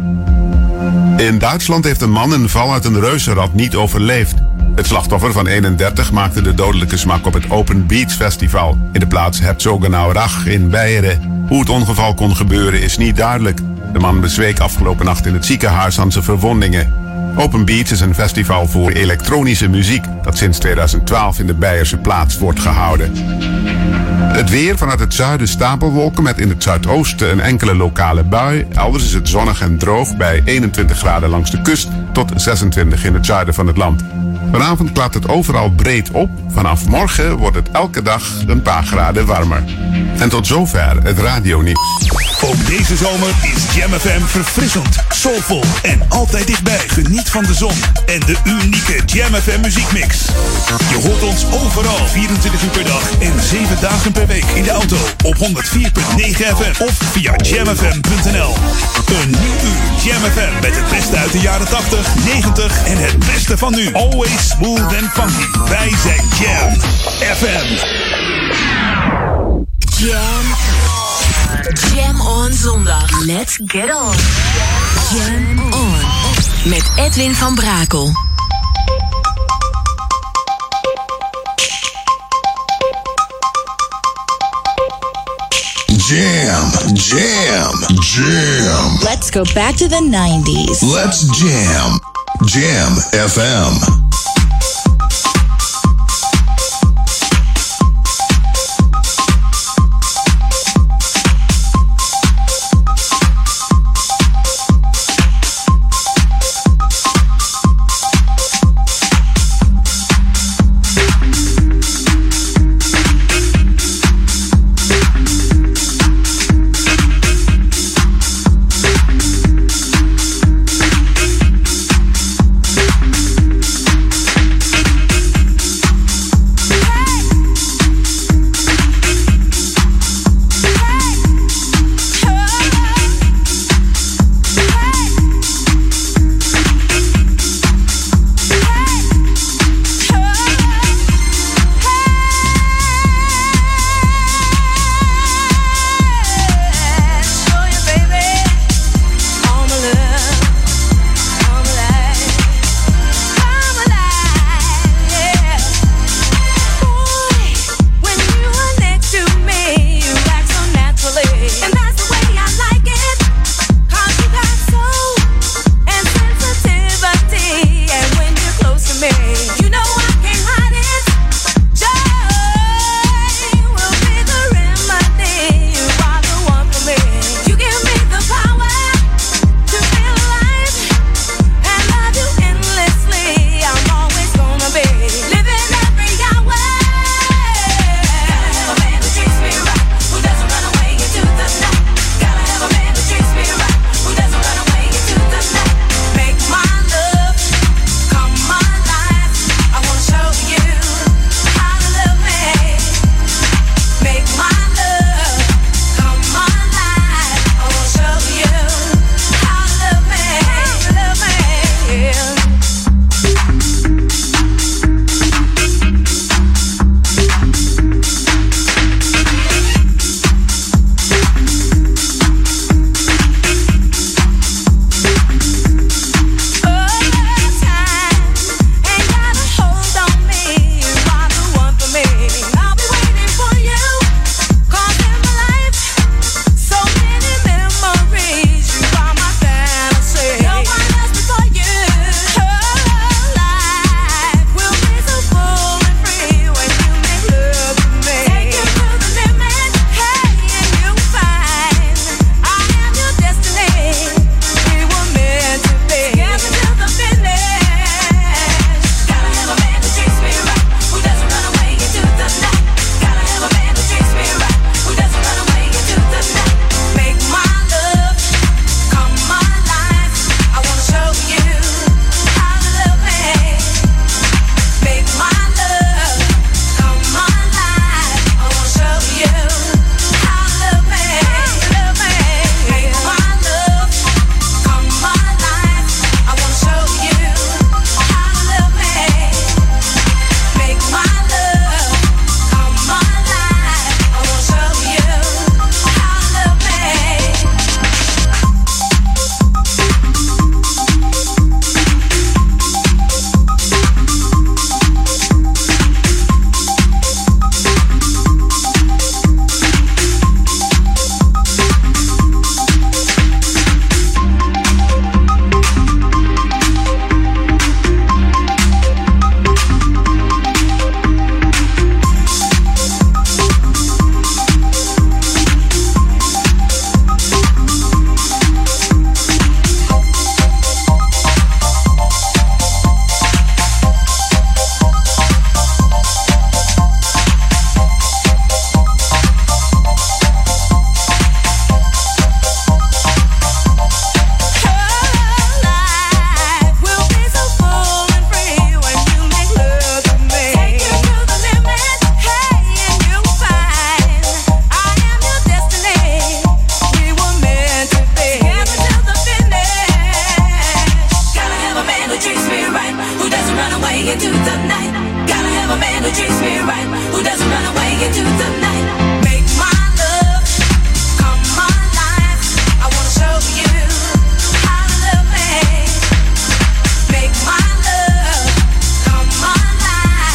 [SPEAKER 17] In Duitsland heeft een man een val uit een reuzenrad niet overleefd. Het slachtoffer van 31 maakte de dodelijke smak op het Open Beach Festival in de plaats Herzogenaurach in Beieren. Hoe het ongeval kon gebeuren is niet duidelijk. De man bezweek afgelopen nacht in het ziekenhuis aan zijn verwondingen. Open Beach is een festival voor elektronische muziek dat sinds 2012 in de Beierse plaats wordt gehouden. Het weer: vanuit het zuiden stapelwolken met in het zuidoosten een enkele lokale bui. Elders is het zonnig en droog bij 21 graden langs de kust tot 26 in het zuiden van het land. Vanavond klaart het overal breed op. Vanaf morgen wordt het elke dag een paar graden warmer. En tot zover het radionieuws.
[SPEAKER 1] Ook deze zomer is Jam FM verfrissend, soulvol en altijd dichtbij. Geniet van de zon en de unieke Jam FM muziekmix. Je hoort ons overal, 24 uur per dag en 7 dagen per week. In de auto op 104.9 FM of via jamfm.nl. Een nieuw uur Jam FM met het beste uit de jaren 80, 90 en het beste van nu. Always smooth and funky. Wij zijn Jam FM.
[SPEAKER 2] Jam on zondag. Let's get on. Jam on. Met Edwin van Brakel.
[SPEAKER 1] Jam, jam, jam.
[SPEAKER 2] Let's go back to the 90s.
[SPEAKER 1] Let's jam. Jam FM.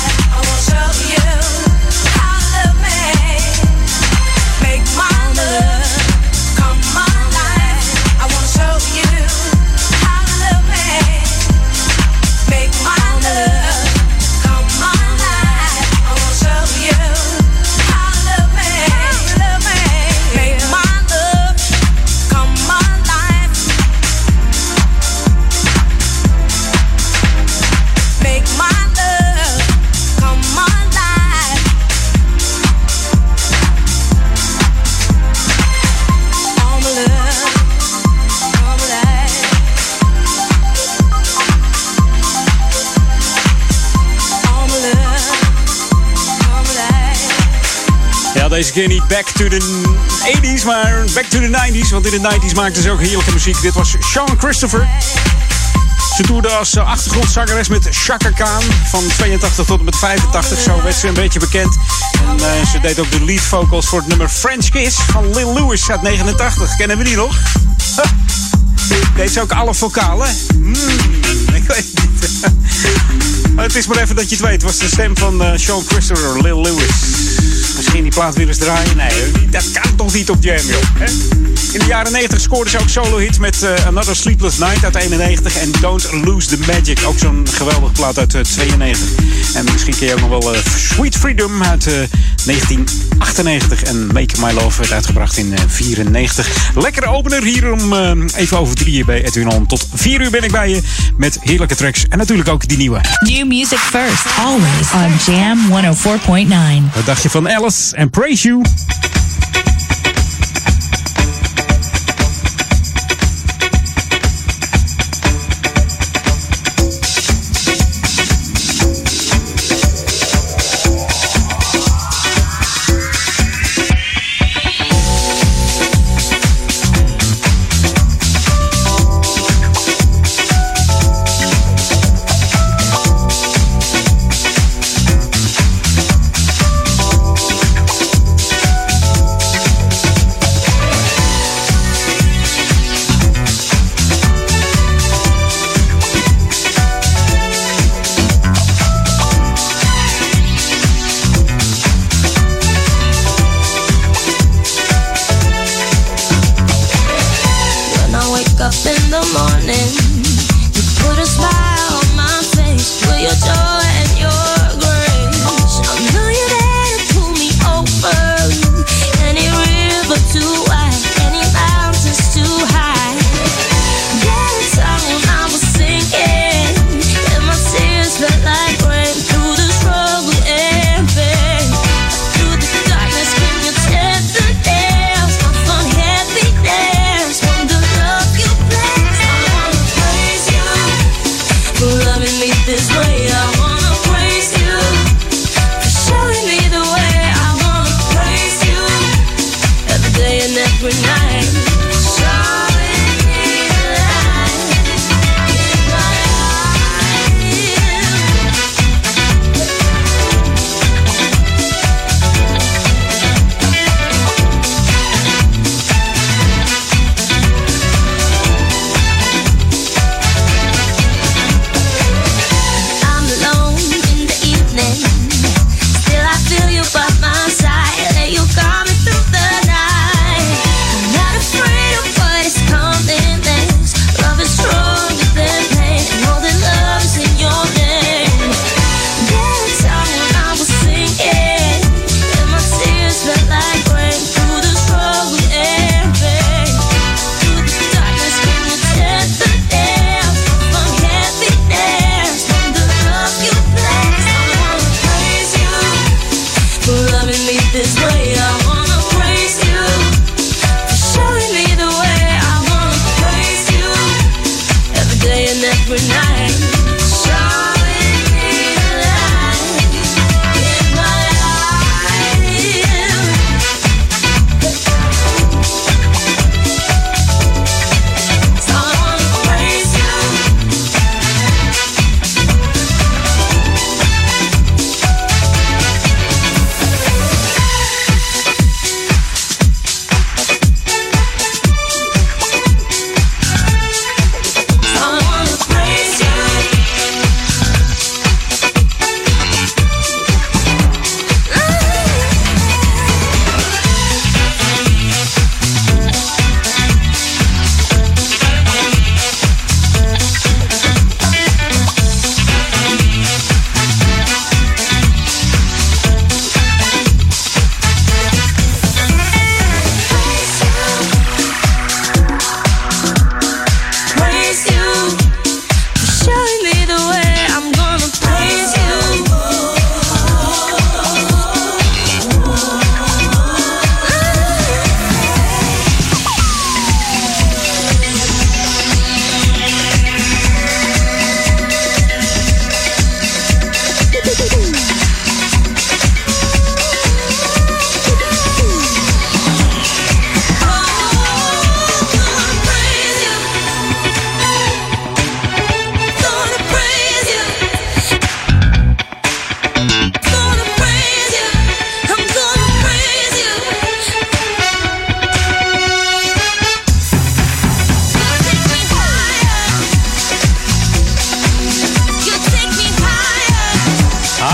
[SPEAKER 18] love.
[SPEAKER 5] deze keer niet back to the 80s, maar back to the 90s. Want in de 90s maakten ze ook heerlijke muziek. Dit was Sean Christopher. Ze toerde als achtergrondzangeres met Chaka Khan van 82 tot en met 85. Zo werd ze een beetje bekend. En ze deed ook de lead vocals voor het nummer French Kiss van Lil Louis uit 89. Kennen we die nog? Deed ze ook alle vocalen? Ik weet het niet. Maar het is maar even dat je het weet. Het was de stem van Sean Christopher, Lil Louis. Misschien die plaat weer eens draaien? Nee, dat kan toch niet op Jam, joh. Hè? In de jaren 90 scoorde ze ook solo-hits met Another Sleepless Night uit 91 en Don't Lose the Magic. Ook zo'n geweldige plaat uit 92. En misschien ken je ook nog wel Sweet Freedom uit 1998. En Make My Love werd uitgebracht in 94. Lekkere opener hier om even over 3 bij Edwin On. Tot 4 uur ben ik bij je met heerlijke tracks. En natuurlijk ook die nieuwe.
[SPEAKER 2] New music first, always on Jam 104.9.
[SPEAKER 5] Wat dacht je van Alice en Praise You?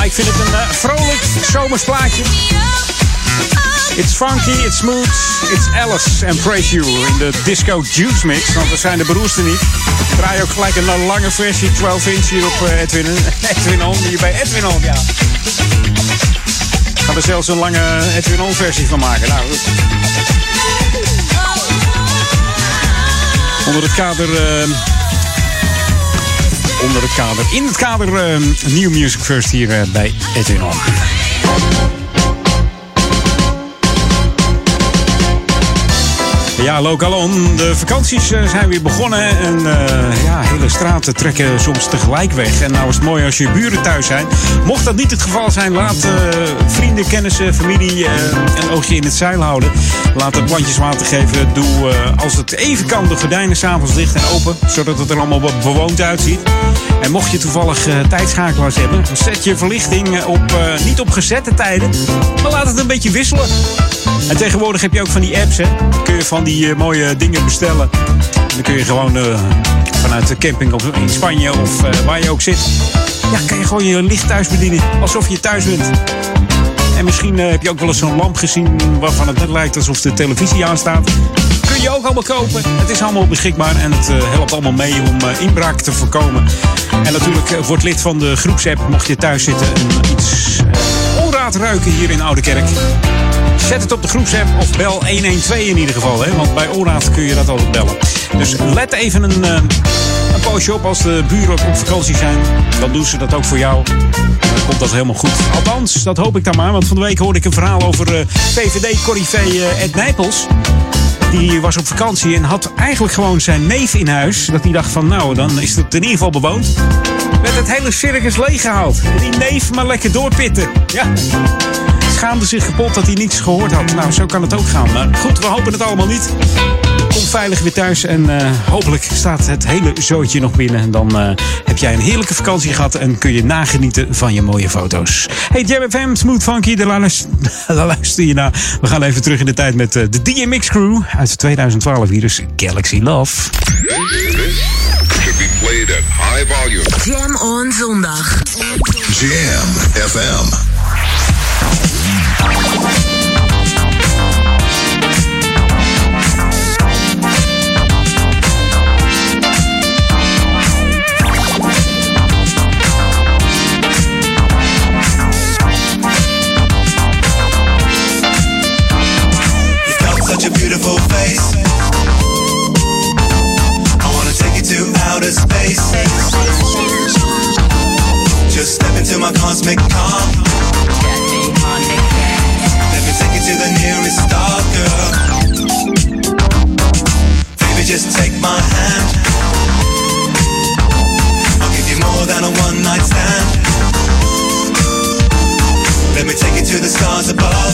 [SPEAKER 5] ik vind het een vrolijk zomersplaatje. It's funky, it's smooth, it's Alice and Praise You in de Disco Juice Mix. Want dat zijn de broers er niet. Ik draai ook gelijk een lange versie, 12 inch hier op Edwin On. Hier bij Edwin On, ja. Ik ga er zelfs een lange Edwin On versie van maken. Nou, goed. In het kader New Music First hier bij Edwin On. Ja, Lokalon. De vakanties zijn weer begonnen. En hele straten trekken soms tegelijk weg. En nou is het mooi als je buren thuis zijn. Mocht dat niet het geval zijn, laat vrienden, kennissen, familie een oogje in het zeil houden. Laat de plantjes water geven. Doe als het even kan de gordijnen 's avonds dicht en open. Zodat het er allemaal wat bewoond uitziet. En mocht je toevallig tijdschakelaars hebben, zet je verlichting niet op gezette tijden. Maar laat het een beetje wisselen. En tegenwoordig heb je ook van die apps, hè. Dan kun je van die mooie dingen bestellen. En dan kun je gewoon vanuit de camping of in Spanje of waar je ook zit. Ja, kan je gewoon je licht thuis bedienen. Alsof je thuis bent. En misschien heb je ook wel eens zo'n lamp gezien waarvan het net lijkt alsof de televisie aanstaat. Kun je ook allemaal kopen. Het is allemaal beschikbaar en het helpt allemaal mee om inbraak te voorkomen. En natuurlijk word lid van de groepsapp mocht je thuis zitten en iets onraad ruiken hier in Oudekerk. Zet het op de groepsapp of bel 112 in ieder geval. Hè? Want bij Onraad kun je dat altijd bellen. Dus let even een poosje op als de buren op vakantie zijn. Dan doen ze dat ook voor jou. En dan komt dat helemaal goed. Althans, dat hoop ik dan maar. Want van de week hoorde ik een verhaal over VVD-corrivee Ed Nijpels. Die was op vakantie en had eigenlijk gewoon zijn neef in huis. Dat hij dacht van nou, dan is het in ieder geval bewoond. Werd het hele circus leeggehaald. En die neef maar lekker doorpitten. Ja. Schaamde zich kapot dat hij niets gehoord had. Nou, zo kan het ook gaan. Maar goed, we hopen het allemaal niet. Kom veilig weer thuis en hopelijk staat het hele zootje nog binnen. En dan heb jij een heerlijke vakantie gehad en kun je nagenieten van je mooie foto's. Hey, Jam FM, Smooth Funky, daar luister je naar. We gaan even terug in de tijd met de DMX Crew uit 2012. Hier is Galaxy Love.
[SPEAKER 18] Should be played at high volume.
[SPEAKER 2] Jam on zondag.
[SPEAKER 18] Jam FM.
[SPEAKER 4] Such a beautiful face. I wanna take you to outer space. Just step into my cosmic car. Let me take you to the nearest star, girl. Baby, just take my hand. I'll give you more than a one night stand. Let me take you to the stars above.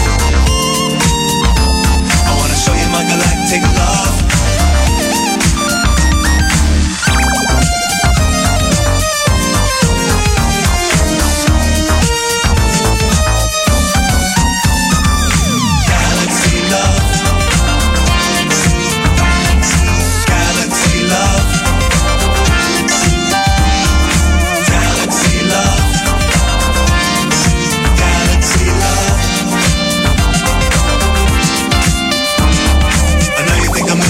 [SPEAKER 4] Show you my galactic love. Galaxy love. Galaxy love. Galaxy love. Galaxy love.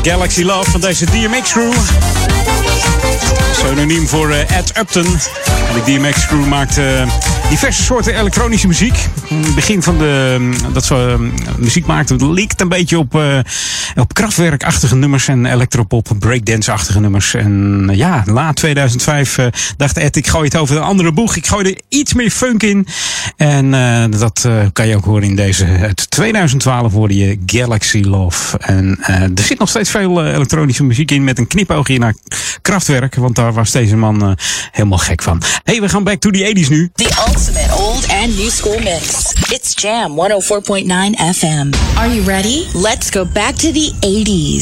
[SPEAKER 5] Galaxy Love van deze DMX Crew. Pseudoniem voor Ed Upton. En de DMX Crew maakt diverse soorten elektronische muziek. In het begin van dat ze muziek maakten, leek een beetje op Kraftwerk-achtige nummers en electropop, breakdance-achtige nummers. En ja, laat 2005 dacht Ed, ik gooi het over een andere boeg. Ik gooi er iets meer funk in. En dat kan je ook horen in deze. Uit 2012 hoorde je Galaxy Love. En er zit nog steeds veel elektronische muziek in met een knipoogje naar Kraftwerk. Want daar was deze man helemaal gek van. Hey, we gaan back to the 80s nu.
[SPEAKER 2] The ultimate old and new school mix. It's Jam 104.9 FM. Are you ready? Let's go back to the 80s.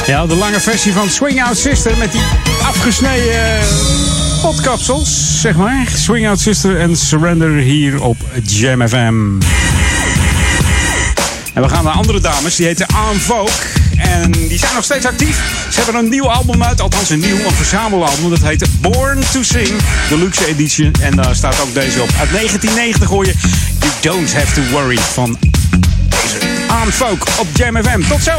[SPEAKER 5] Ja, de lange versie van Swing Out Sister met die afgesneden potkapsels, zeg maar. Swing Out Sister en Surrender hier op Jam FM. En we gaan naar andere dames, die heten En Vogue. En die zijn nog steeds actief. Ze hebben een nieuw album uit, althans een verzamelalbum. Dat heet Born to Sing, de luxe edition. En daar staat ook deze op. Uit 1990 hoor je You Don't Have to Worry van deze En Vogue op Jam FM. Tot zo!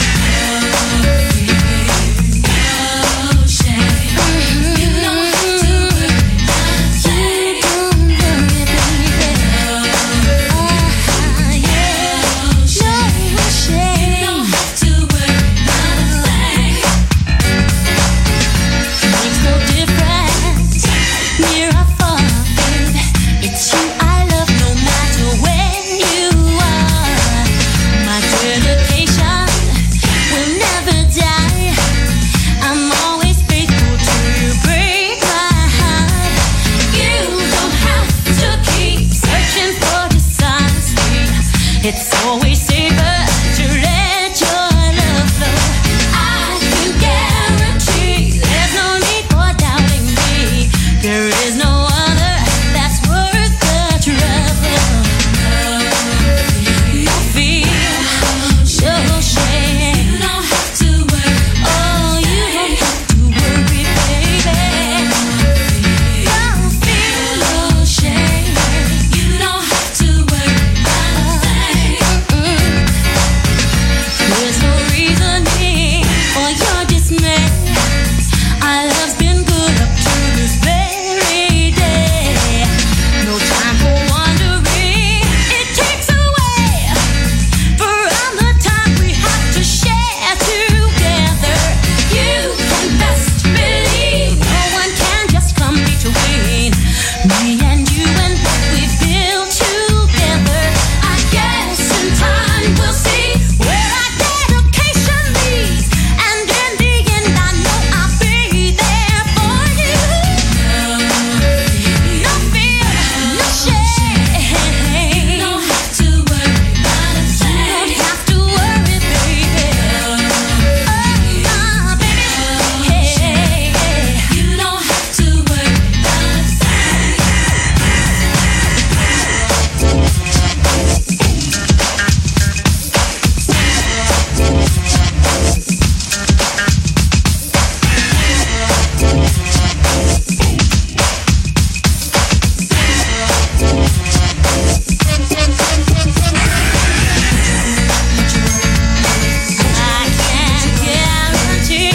[SPEAKER 10] It's always safer to let your love flow. I can guarantee there's no need for doubting me. There is no other that's worth the trouble. No fear, no shame. You don't have to worry. Oh, you don't have to worry, baby. No fear, no shame. You don't have to worry. There's no reason for your dismay. Our love's been good up to this very day. No time for wondering, it takes away from the time we have to share together. You can best believe no one can just come between me and you and what we've built together. I guess in time we'll see where our dedication leads, and in the end I know I'll be there for you. No fear, no shame. You don't have to worry about a thing. You don't have to worry, baby. Oh, my baby. Hey, you don't have to worry about a thing. I can guarantee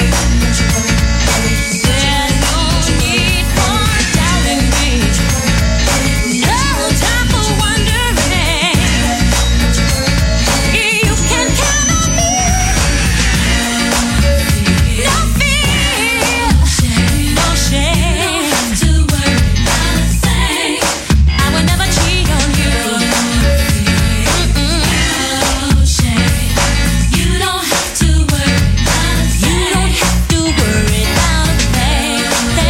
[SPEAKER 10] there's no need for doubting me. No time for wondering. You can count on me. No fear, no shame. To worry about a thing. I would never cheat on you. No shame. You don't have to worry about a thing. You don't have to worry about a thing.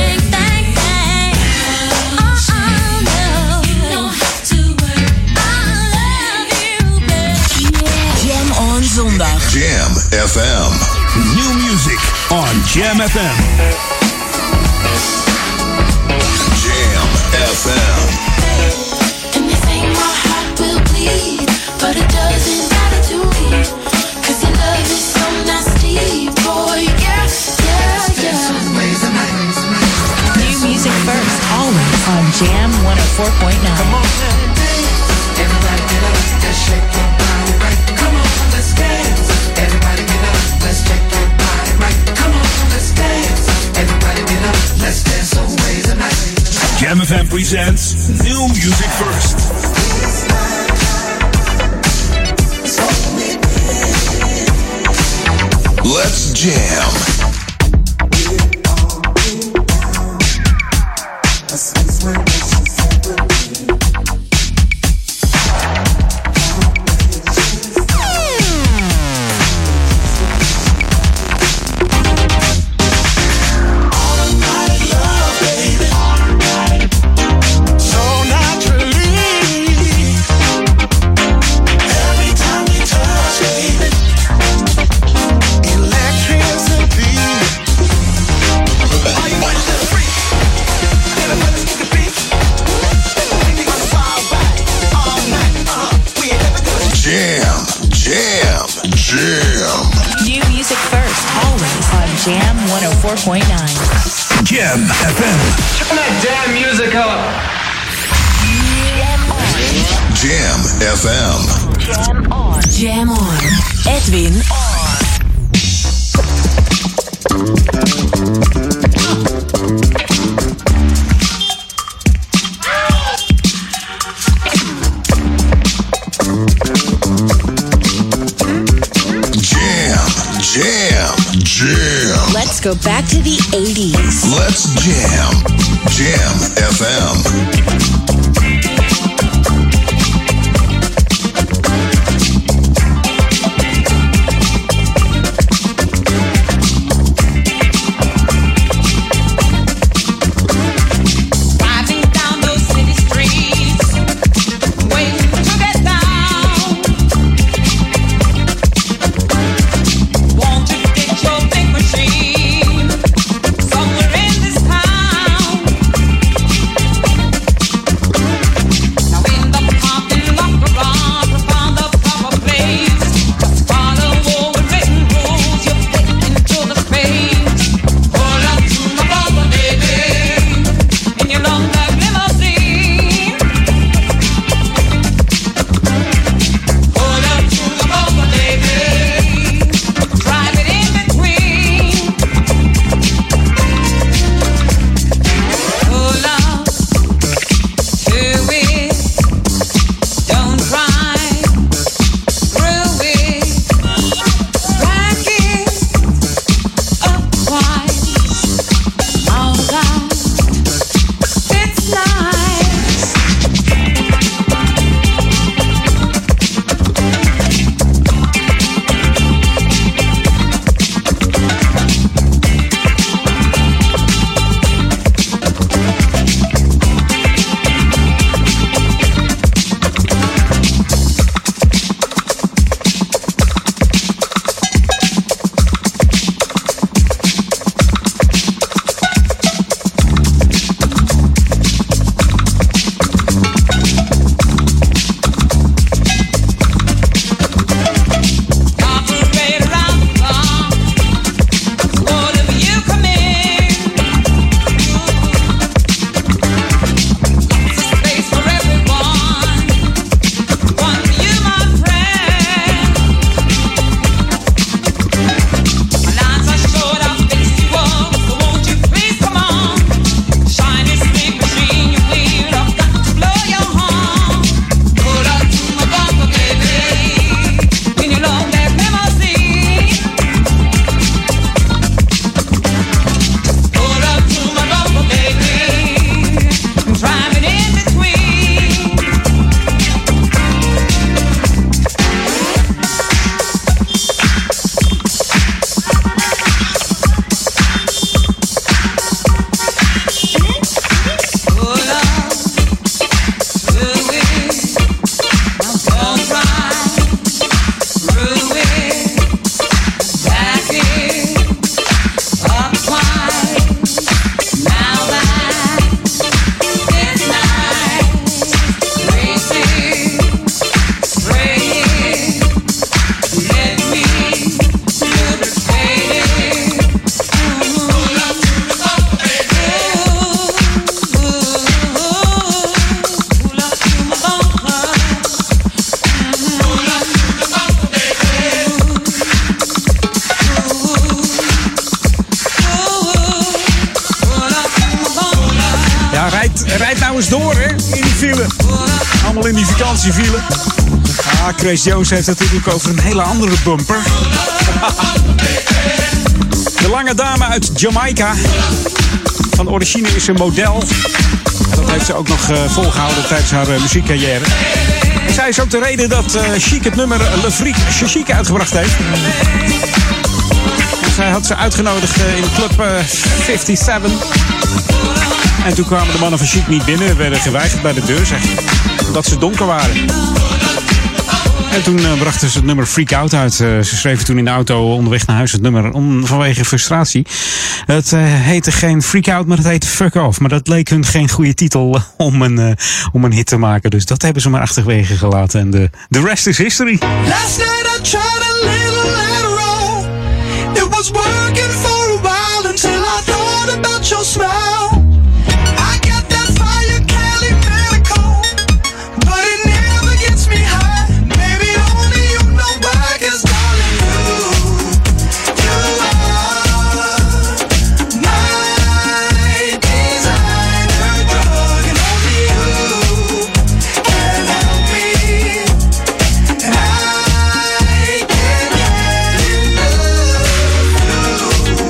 [SPEAKER 10] No. You don't have to worry. I love you, baby.
[SPEAKER 2] Jam on zondag.
[SPEAKER 1] Jam FM. New music on Jam FM. Jam FM.
[SPEAKER 10] And they say my heart will bleed, but it doesn't matter to me, 'cause your love is so nasty, boy. Yeah, yeah, yeah.
[SPEAKER 2] New music first, always on Jam 104.9.
[SPEAKER 10] Come on, everybody get up, let's shake your body right. Come on, let's dance. Everybody get up, let's shake your body right. Come on, let's dance. Everybody get up, let's dance away the night.
[SPEAKER 1] Jam FM presents New Music First. Let's jam.
[SPEAKER 4] Every time we touch, baby,
[SPEAKER 18] Jam, jam, jam.
[SPEAKER 2] New music first, always on Jam 104.9.
[SPEAKER 1] Jam FM.
[SPEAKER 8] Turn that damn music up.
[SPEAKER 18] Jam FM.
[SPEAKER 2] Jam on. Jam on. Edwin on.
[SPEAKER 18] Jam, jam.
[SPEAKER 2] Let's go back to the 80s.
[SPEAKER 18] Let's jam. Jam FM.
[SPEAKER 5] Rijd nou eens door, hè, in die file. Allemaal in die vakantiefile. Grace Jones heeft het natuurlijk over een hele andere bumper. De lange dame uit Jamaica. Van origine is ze model. En dat heeft ze ook nog volgehouden tijdens haar muziekcarrière. En zij is ook de reden dat Chic het nummer Le Freak Chic uitgebracht heeft. Zij had ze uitgenodigd in Club 57. En toen kwamen de mannen van Chic niet binnen. Werden geweigerd bij de deur, zeg. Omdat ze donker waren. En toen brachten ze het nummer Freak Out uit. Ze schreven toen in de auto onderweg naar huis het nummer vanwege frustratie. Het heette geen Freak Out, maar het heette Fuck Off. Maar dat leek hun geen goede titel om een hit te maken. Dus dat hebben ze maar achterwege gelaten. En de rest is history.
[SPEAKER 4] Last night I tried a little later on. It was working for a while until I thought about your smile. I got that fire Cali medical, but it never gets me high. Maybe only you know why, 'cause darling, you are my designer drug, and only you can help me. And I can't get enough.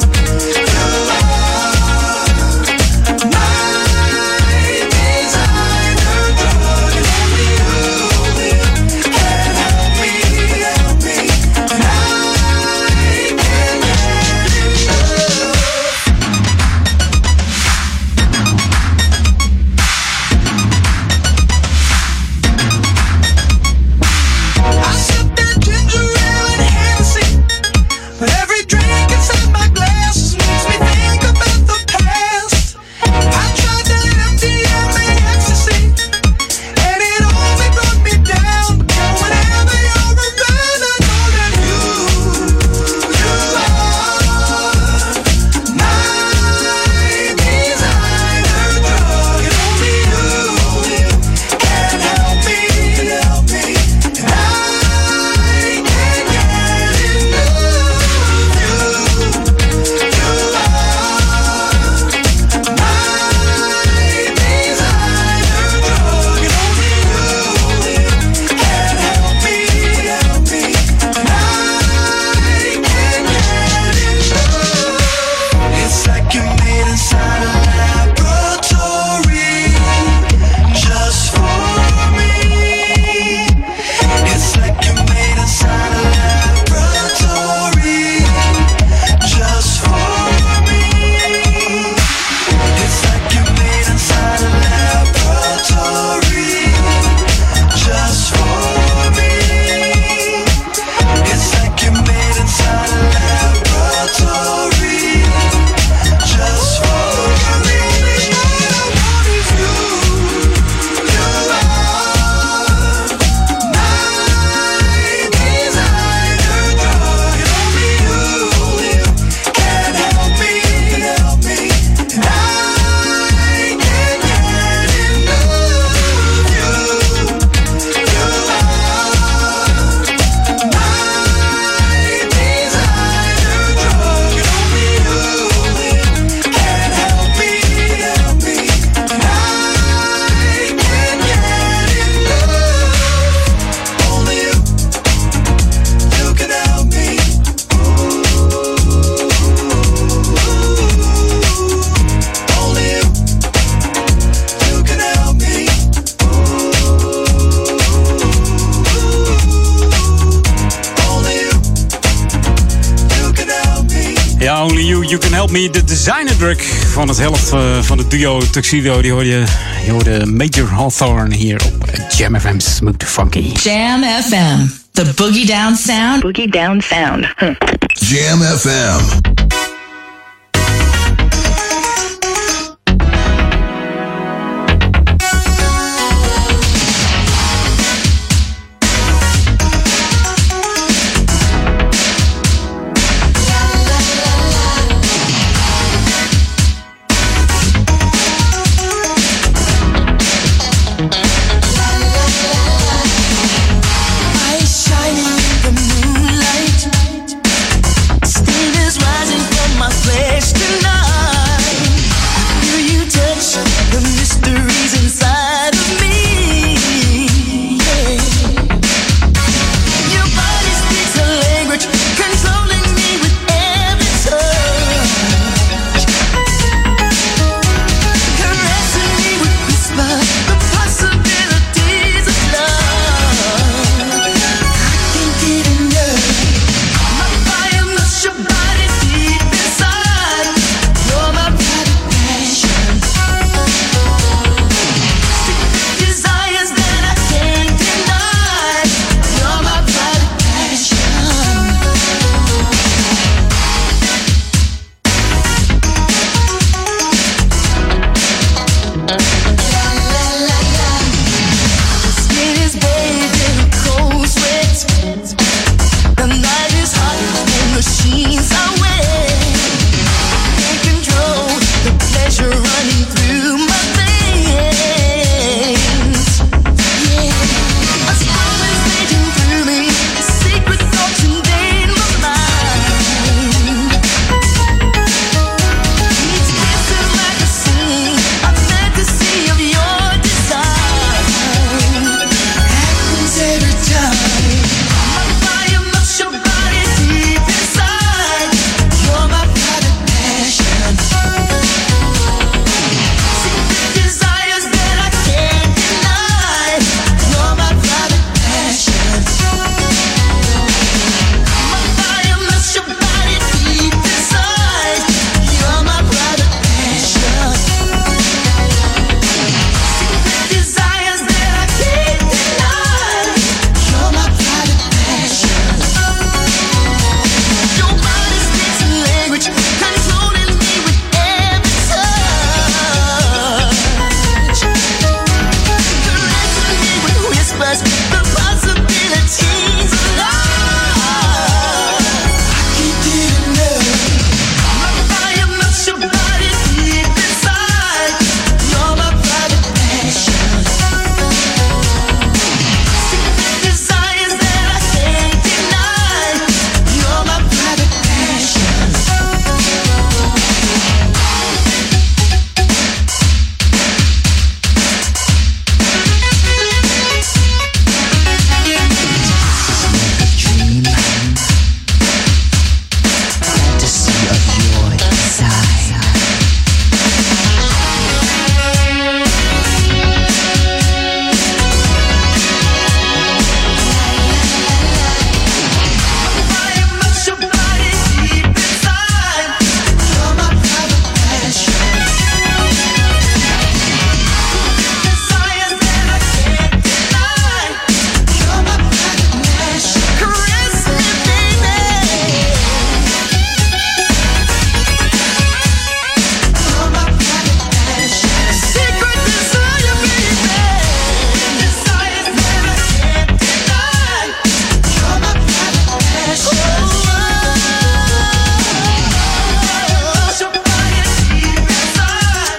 [SPEAKER 5] Ja, Only You Can Help Me. De designerdruk van het helft van het duo Tuxedo. Die hoorde Major Hawthorne hier op Jam FM Smooth Funky.
[SPEAKER 2] Jam FM. The Boogie Down Sound. Boogie Down Sound.
[SPEAKER 1] Jam FM.
[SPEAKER 4] Shining in the moonlight, steam is rising.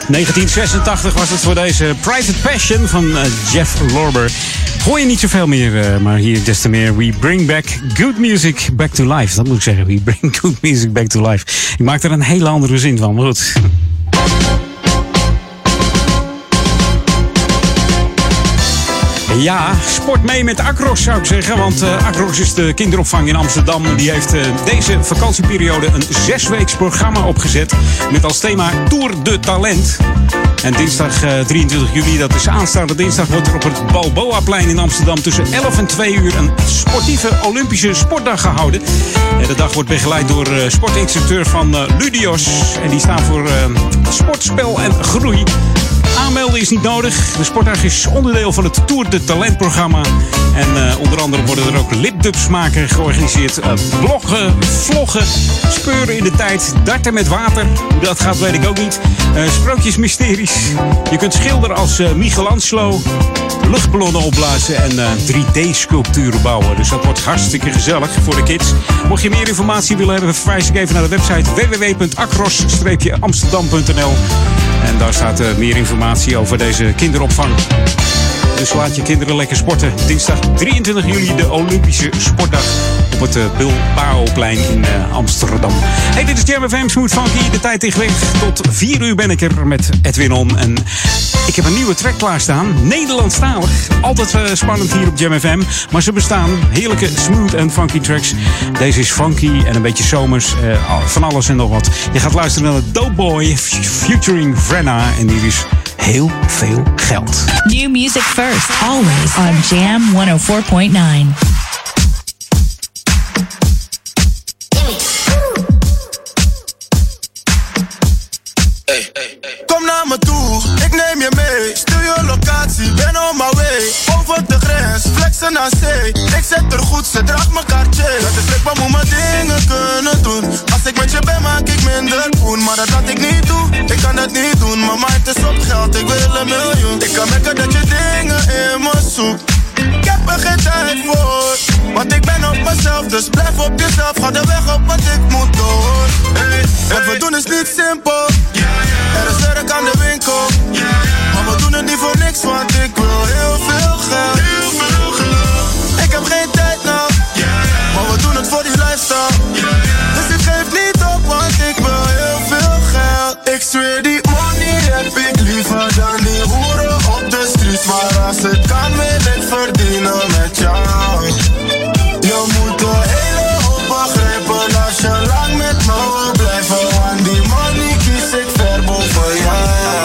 [SPEAKER 5] 1986 was het voor deze Private Passion van Jeff Lorber. Hoor je niet zoveel meer, maar hier des te meer. We bring back good music back to life. Dat moet ik zeggen, we bring good music back to life. Ik maak er een hele andere zin van, maar goed. Ja, sport mee met Acros zou ik zeggen. Want Acros is de kinderopvang in Amsterdam. Die heeft deze vakantieperiode een 6-weeks programma opgezet. Met als thema Tour de Talent. En dinsdag 23 juli, dat is aanstaande dinsdag, wordt er op het Balboaplein in Amsterdam tussen 11 en 2 uur een sportieve Olympische sportdag gehouden. De dag wordt begeleid door sportinstructeur van Ludios. En die staan voor sport, spel en groei. Aanmelden is niet nodig. De sportdag is onderdeel van het Tour de Talent programma. En onder andere worden er ook lipdubs maken georganiseerd. Bloggen, vloggen, speuren in de tijd, darten met water. Hoe dat gaat weet ik ook niet. Sprookjesmysteries. Je kunt schilderen als Michelangelo. Luchtballonnen opblazen en 3D-sculpturen bouwen. Dus dat wordt hartstikke gezellig voor de kids. Mocht je meer informatie willen hebben, verwijs ik even naar de website www.acros-amsterdam.nl. En daar staat meer informatie over deze kinderopvang. Dus laat je kinderen lekker sporten. Dinsdag 23 juli de Olympische Sportdag op het Bilbaoplein in Amsterdam. Hey, dit is Jam FM Smooth Funky. De tijd tegen weg. Tot 4 uur ben ik er met Edwin On. En ik heb een nieuwe track klaarstaan. Nederlandstalig. Altijd spannend hier op Jam FM. Maar ze bestaan. Heerlijke smooth en funky tracks. Deze is funky en een beetje zomers. Van alles en nog wat. Je gaat luisteren naar Dope Boy featuring Frenna. En die is heel veel geld.
[SPEAKER 2] New music first, always on Jam 104.9.
[SPEAKER 19] Kom naar me toe, ik neem je mee. Stuur je locatie, ben on my way. Over de grens, flexen aan zee. Ik zet er goed, ze draagt mijn kaartje. Dat is leuk, maar moet mijn dingen kunnen doen. Als ik met je ben, maak ik minder poen. Maar dat ik niet doe, ik kan het niet doen. Mama, het is op geld, ik wil $1 miljoen. Ik kan merken dat je dingen in me zoekt. Ik heb er geen tijd voor, want ik ben op mezelf. Dus blijf op jezelf, ga de weg op, want ik moet door. Hey, wat we doen is niet simpel. Er is werk aan de winkel. Maar we doen het niet voor niks, want ik wil heel veel geld. Ik heb geen tijd nou, maar we doen het voor die lifestyle. Dus ik geef niet op, want ik wil heel veel geld. Ik zweer die money heb ik liever dan die hoeren op de street. Maar als het kan wil ik verdienen met jou. Je moet de hele hoop begrijpen als je lang met me wil blijven. Want die money kies ik ver boven jou.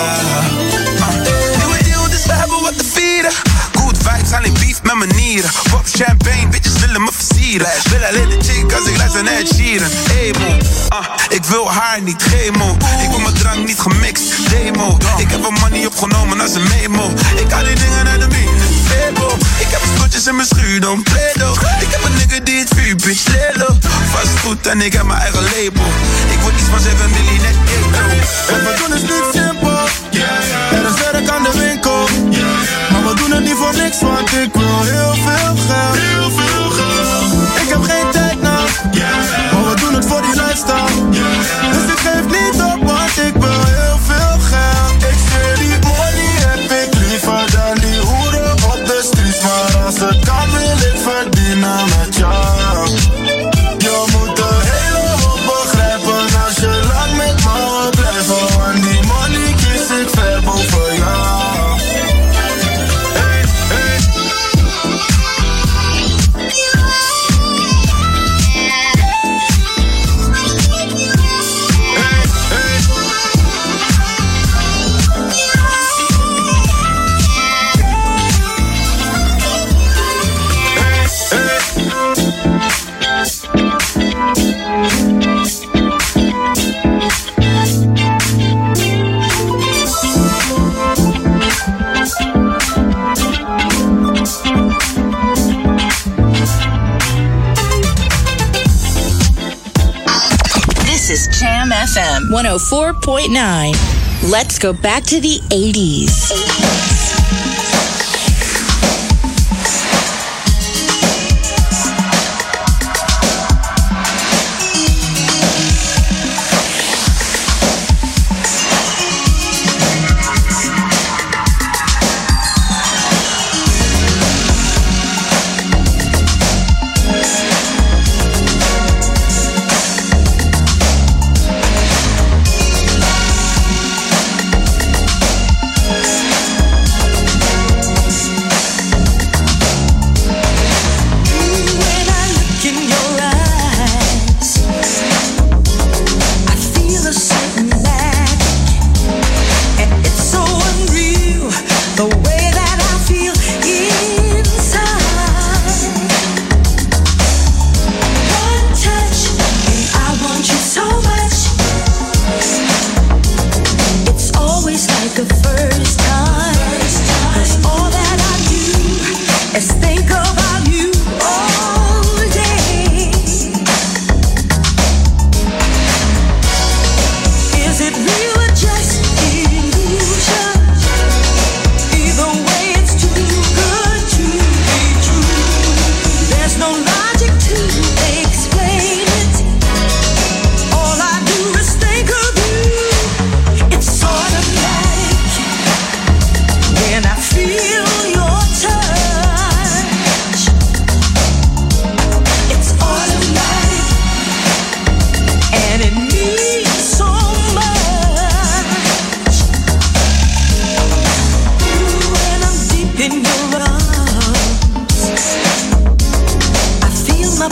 [SPEAKER 20] Nieuwe deal, dus we hebben wat te vieren. Good vibes, alleen beef met manieren. Pop champagne, bitches willen me versieren. Wil alleen de chick als ik luister naar Ed Sheeran. Emo, ik wil haar niet, chemo. Ik wil mijn drank niet gemixt, demo. Ik heb een money opgenomen als een memo. Ik haal die dingen naar de mine, ik heb stootjes in mijn schuur, dan Play-Doh. Ik heb een nigga die het vuur, bitch, lelo. Vast goed en ik heb mijn eigen label. Ik word iets van 7 miljoen net euro.
[SPEAKER 19] En we doen het niet simpel. Er is werk aan de winkel. Maar we doen het niet voor niks, want ik wil heel veel geld. Ik heb geen tijd nou, maar we doen het voor die lifestyle. Dus ik geef niet op, want ik wil heel veel geld. Ik zweer die money heb ik liever dan die hoeren op de street. Maar als het kan wil ik verdienen met jou. Je moet de hele hoop begrijpen als je lang met me wil blijven. Want die money kies ik ver boven jou.
[SPEAKER 2] This is Jam FM 104.9. Let's go back to the 80s.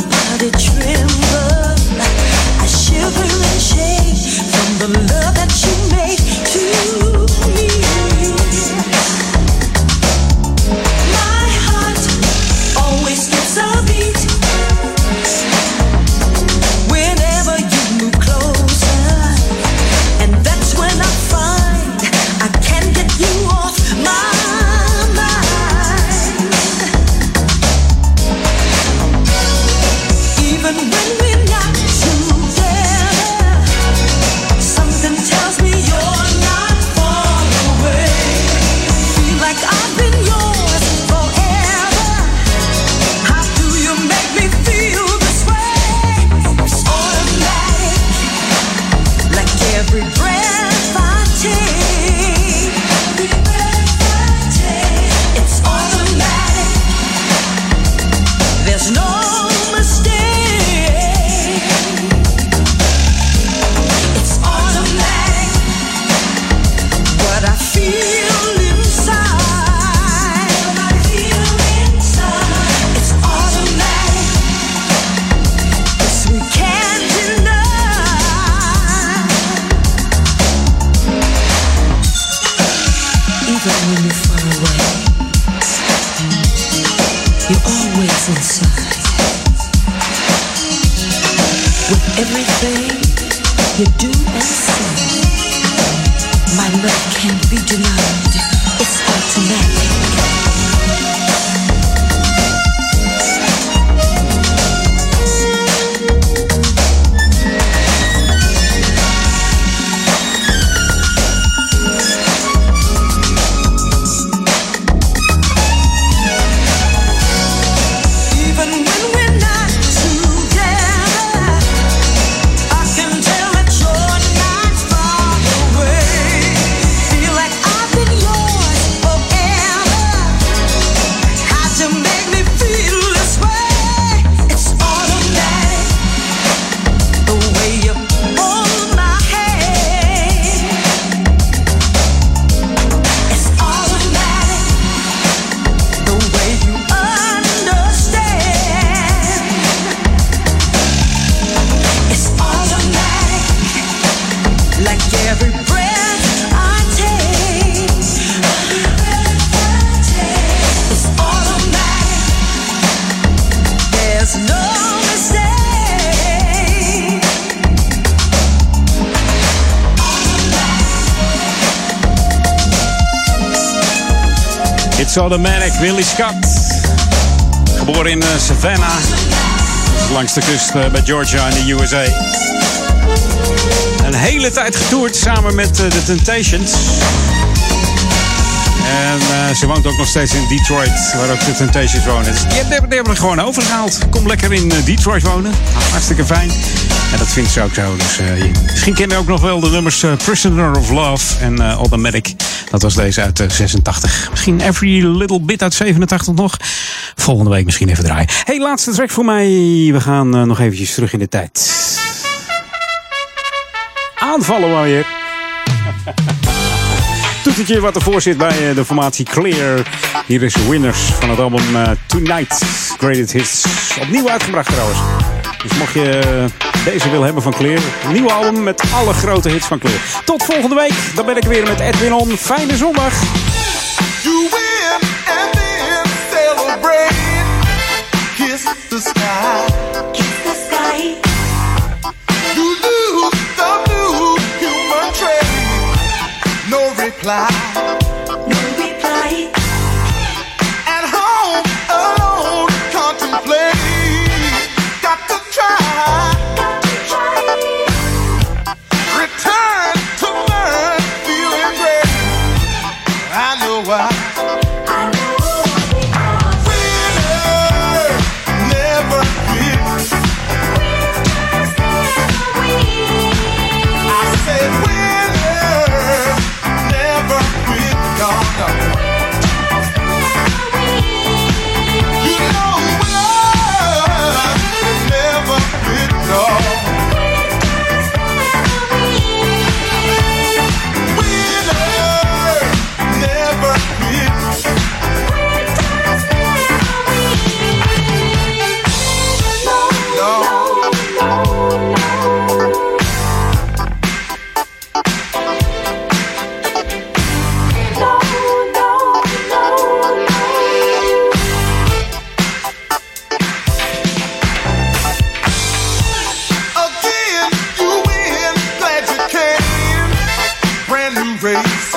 [SPEAKER 10] body tremble. I shiver and shake from the love that you make to me. My heart always skips a beat whenever you move closer, and that's when I find I can't get you off my mind. Even when we're not together, something tells me you're not far away. Feel like I've been yours forever. How do you make me feel this way? It's automatic, like every breath I take. It's automatic. There's no mistake. It's automatic. What I feel inside. It's automatic. This we can't deny. Even when you're far away, you're always inside. With everything you do and say, my love can't be denied. It's automatic. Even when we're not together, I can tell that you're not far away. Feel like I've been yours forever. How to make me feel this way? It's automatic. The way you hold my hand. It's automatic. The way you understand. It's automatic. Like every breath I take. It's automatic. There's no mistake.
[SPEAKER 5] It's Automatic, Willie Scott. Geboren in Savannah, langs de kust bij Georgia in de USA. Een hele tijd getoerd samen met The Temptations. En ze woont ook nog steeds in Detroit, waar ook The Temptations wonen. Dus die hebben er gewoon overgehaald. Kom lekker in Detroit wonen. Hartstikke fijn. En dat vindt ze ook zo. Dus misschien kennen we ook nog wel de nummers Prisoner of Love en Automatic. Dat was deze uit 86. Misschien Every Little Bit uit 87 nog. Volgende week misschien even draaien. Hey, laatste track voor mij. We gaan nog eventjes terug in de tijd. Aanvallen maar weer. Toetertje wat ervoor zit bij de formatie Clear. Hier is Winners van het album Tonight Greatest Hits. Opnieuw uitgebracht trouwens. Dus mocht je deze wil hebben van Clear, een nieuw album met alle grote hits van Clear. Tot volgende week, dan ben ik weer met Edwin On. Fijne zondag.
[SPEAKER 4] You win and then celebrate. Kiss the sky. Kiss the sky. You lose the new human trade. No reply. No reply. At home, alone, contemplate. Got to try. Return to learn, feeling great. I know why. Winner never quits. I said winner never race.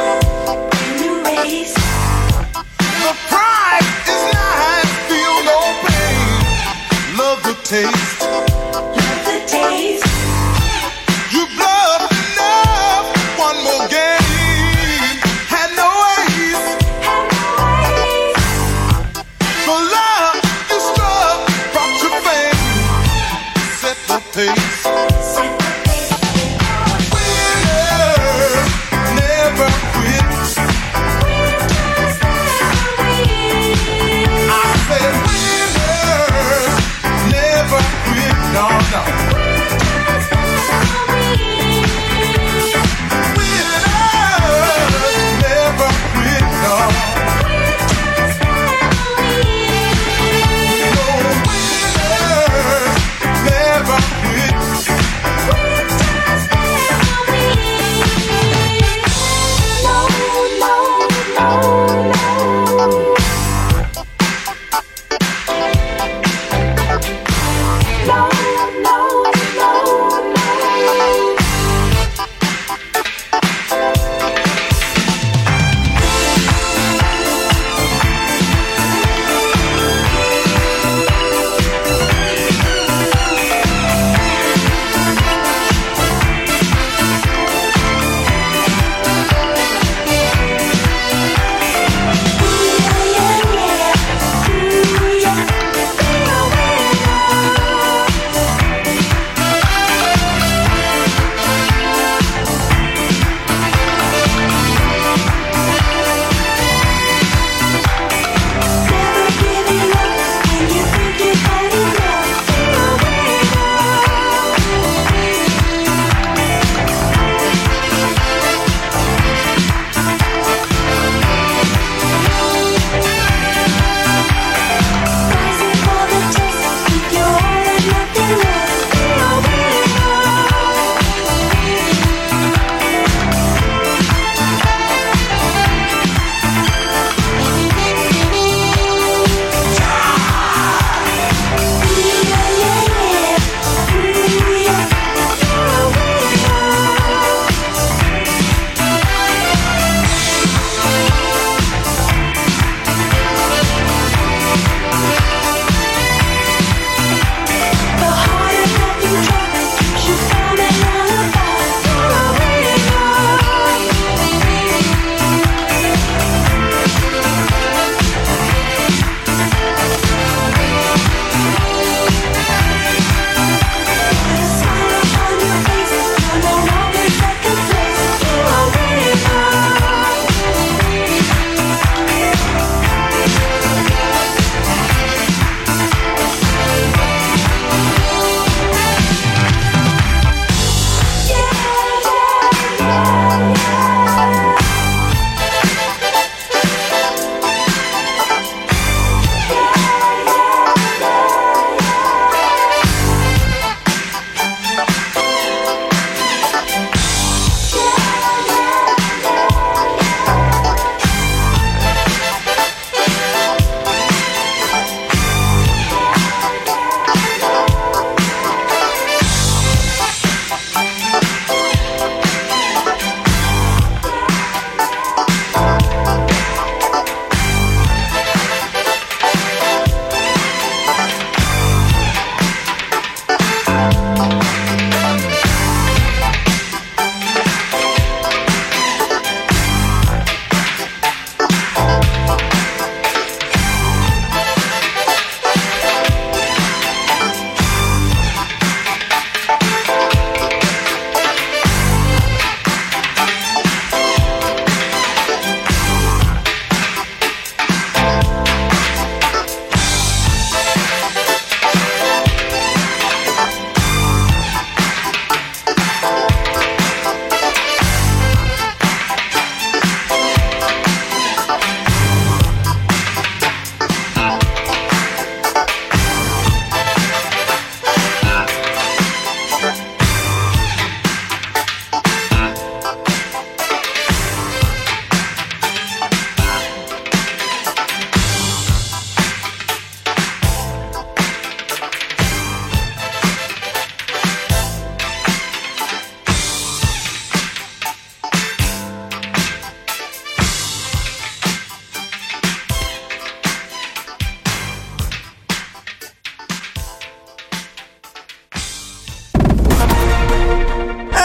[SPEAKER 4] The prize is not feel no pain. Love the taste. Love the taste. You bluffed enough. One more game. Had no ace. For love you struck, brought your fame. Set the pace. No, no. Winners never quit, no. No, winners never quit.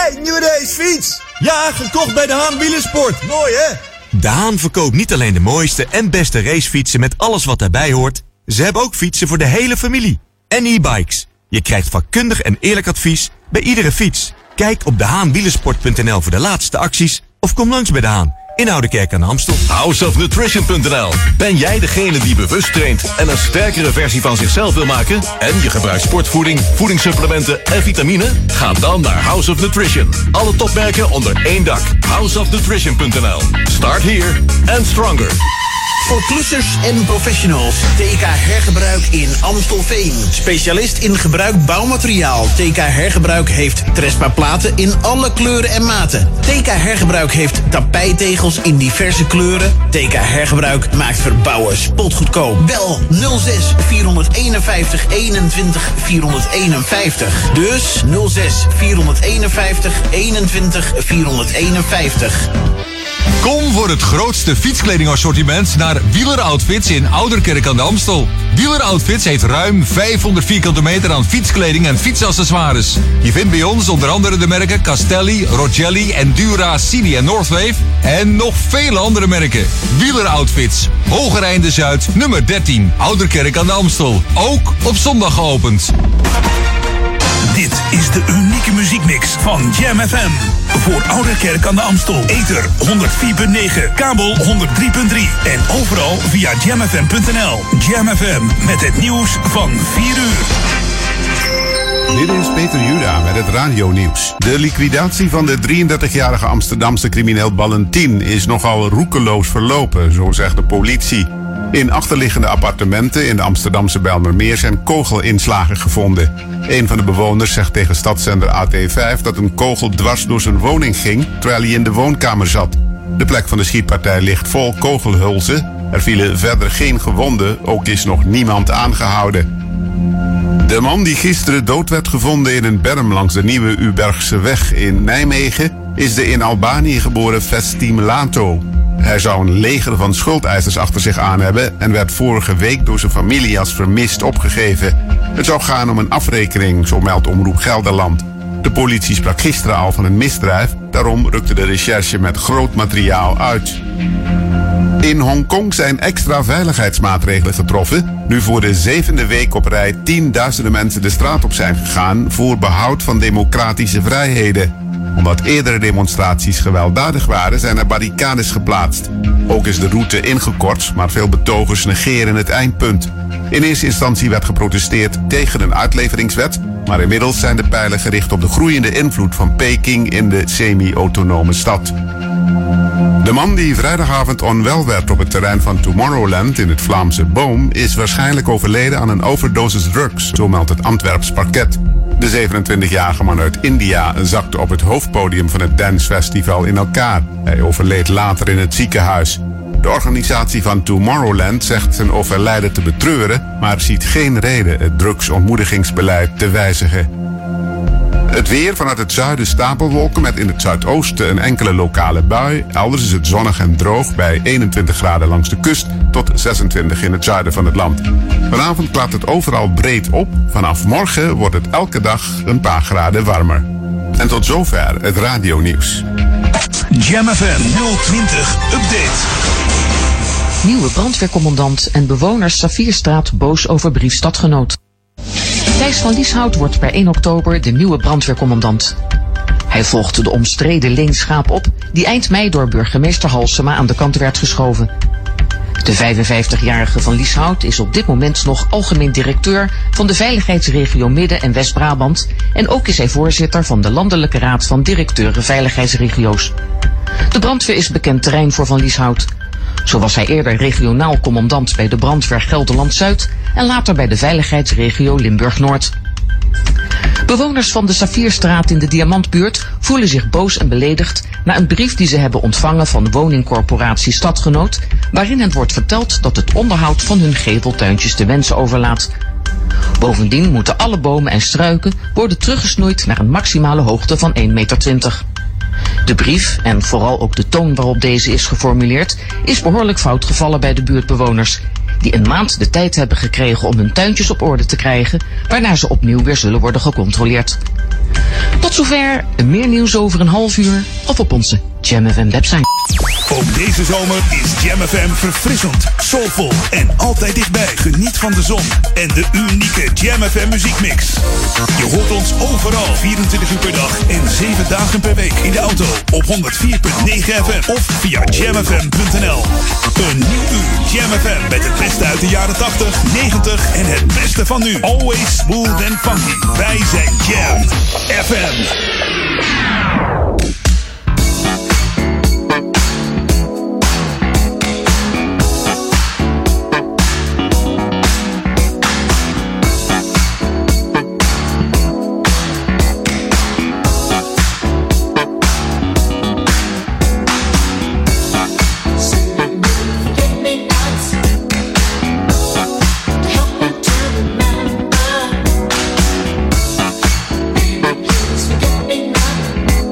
[SPEAKER 21] Hey, New Days fiets! Ja, gekocht bij de Haan Wielersport. Mooi, hè?
[SPEAKER 22] De Haan verkoopt niet alleen de mooiste en beste racefietsen met alles wat daarbij hoort. Ze hebben ook fietsen voor de hele familie. En e-bikes. Je krijgt vakkundig en eerlijk advies bij iedere fiets. Kijk op dehaanwielersport.nl voor de laatste acties of kom langs bij De Haan in Oudekerk aan de Amstel.
[SPEAKER 12] Houseofnutrition.nl. Ben jij degene die bewust traint en een sterkere versie van zichzelf wil maken? En je gebruikt sportvoeding, voedingssupplementen en vitamine? Ga dan naar House of Nutrition. Alle topmerken onder één dak. Houseofnutrition.nl. Start here and stronger.
[SPEAKER 13] Voor klussers en professionals. TK Hergebruik in Amstelveen. Specialist in gebruik bouwmateriaal. TK Hergebruik heeft Trespa platen in alle kleuren en maten. TK Hergebruik heeft tapijtegels in diverse kleuren. TK Hergebruik maakt verbouwen spotgoedkoop. Bel 06 451 21 451. Dus 06 451 21 451.
[SPEAKER 16] Kom voor het grootste fietskledingassortiment naar Wieleroutfits in Ouderkerk aan de Amstel. Wieleroutfits heeft ruim 500 vierkante meter aan fietskleding en fietsaccessoires. Je vindt bij ons onder andere de merken Castelli, Rogelli, Endura, Cini en Northwave. En nog vele andere merken. Wieleroutfits, Hogereinde Zuid, nummer 13, Ouderkerk aan de Amstel. Ook op zondag geopend.
[SPEAKER 1] Dit is de unieke muziekmix van Jam FM. Voor Ouderkerk aan de Amstel. Ether 104.9, kabel 103.3 en overal via jamfm.nl. Jam FM met het nieuws van 4 uur.
[SPEAKER 17] Dit is Peter Juda met het radionieuws. De liquidatie van de 33-jarige Amsterdamse crimineel Valentin is nogal roekeloos verlopen, zo zegt de politie. In achterliggende appartementen in de Amsterdamse Bijlmermeer zijn kogelinslagen gevonden. Een van de bewoners zegt tegen stadszender AT5 dat een kogel dwars door zijn woning ging terwijl hij in de woonkamer zat. De plek van de schietpartij ligt vol kogelhulzen. Er vielen verder geen gewonden, ook is nog niemand aangehouden. De man die gisteren dood werd gevonden in een berm langs de Nieuwe Ubergse weg in Nijmegen is de in Albanië geboren Festim Lato. Hij zou een leger van schuldeisers achter zich aan hebben en werd vorige week door zijn familie als vermist opgegeven. Het zou gaan om een afrekening, zo meldt Omroep Gelderland. De politie sprak gisteren al van een misdrijf, daarom rukte de recherche met groot materiaal uit. In Hongkong zijn extra veiligheidsmaatregelen getroffen, nu voor de 7e week op rij tienduizenden mensen de straat op zijn gegaan voor behoud van democratische vrijheden. Omdat eerdere demonstraties gewelddadig waren, zijn er barricades geplaatst. Ook is de route ingekort, maar veel betogers negeren het eindpunt. In eerste instantie werd geprotesteerd tegen een uitleveringswet, maar inmiddels zijn de pijlen gericht op de groeiende invloed van Peking in de semi-autonome stad. De man die vrijdagavond onwel werd op het terrein van Tomorrowland in het Vlaamse Boom is waarschijnlijk overleden aan een overdosis drugs, zo meldt het Antwerps Parket. De 27-jarige man uit India zakte op het hoofdpodium van het dancefestival in elkaar. Hij overleed later in het ziekenhuis. De organisatie van Tomorrowland zegt zijn overlijden te betreuren, maar ziet geen reden het drugsontmoedigingsbeleid te wijzigen. Het weer: vanuit het zuiden stapelwolken met in het zuidoosten een enkele lokale bui. Elders is het zonnig en droog bij 21 graden langs de kust tot 26 in het zuiden van het land. Vanavond klaart het overal breed op. Vanaf morgen wordt het elke dag een paar graden warmer. En tot zover het radionieuws.
[SPEAKER 1] Jam FM 020 Update.
[SPEAKER 23] Nieuwe brandweercommandant en bewoners Savierstraat boos over brief stadgenoot. Thijs van Lieshout wordt per 1 oktober de nieuwe brandweercommandant. Hij volgde de omstreden Leen Schaap op, die eind mei door burgemeester Halsema aan de kant werd geschoven. De 55-jarige van Lieshout is op dit moment nog algemeen directeur van de Veiligheidsregio Midden- en West-Brabant en ook is hij voorzitter van de Landelijke Raad van Directeuren Veiligheidsregio's. De brandweer is bekend terrein voor Van Lieshout. Zo was hij eerder regionaal commandant bij de brandweer Gelderland-Zuid en later bij de veiligheidsregio Limburg-Noord. Bewoners van de Savierstraat in de Diamantbuurt voelen zich boos en beledigd na een brief die ze hebben ontvangen van woningcorporatie Stadgenoot, waarin het wordt verteld dat het onderhoud van hun geveltuintjes te wensen overlaat. Bovendien moeten alle bomen en struiken worden teruggesnoeid naar een maximale hoogte van 1,20 meter. De brief, en vooral ook de toon waarop deze is geformuleerd, is behoorlijk fout gevallen bij de buurtbewoners, die een maand de tijd hebben gekregen om hun tuintjes op orde te krijgen, waarna ze opnieuw weer zullen worden gecontroleerd. Tot zover, meer nieuws over een half uur of op onze Jam FM website.
[SPEAKER 1] Ook deze zomer is Jam FM verfrissend, soulvol en altijd dichtbij. Geniet van de zon en de unieke Jam FM muziekmix. Je hoort ons overal, 24 uur per dag en 7 dagen per week. In de auto op 104.9 FM of via jamfm.nl. Een nieuw uur Jam FM met het beste uit de jaren 80, 90 en het beste van nu. Always smooth and funky. Wij zijn Jam FM.
[SPEAKER 10] Forget me not.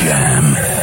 [SPEAKER 1] Jam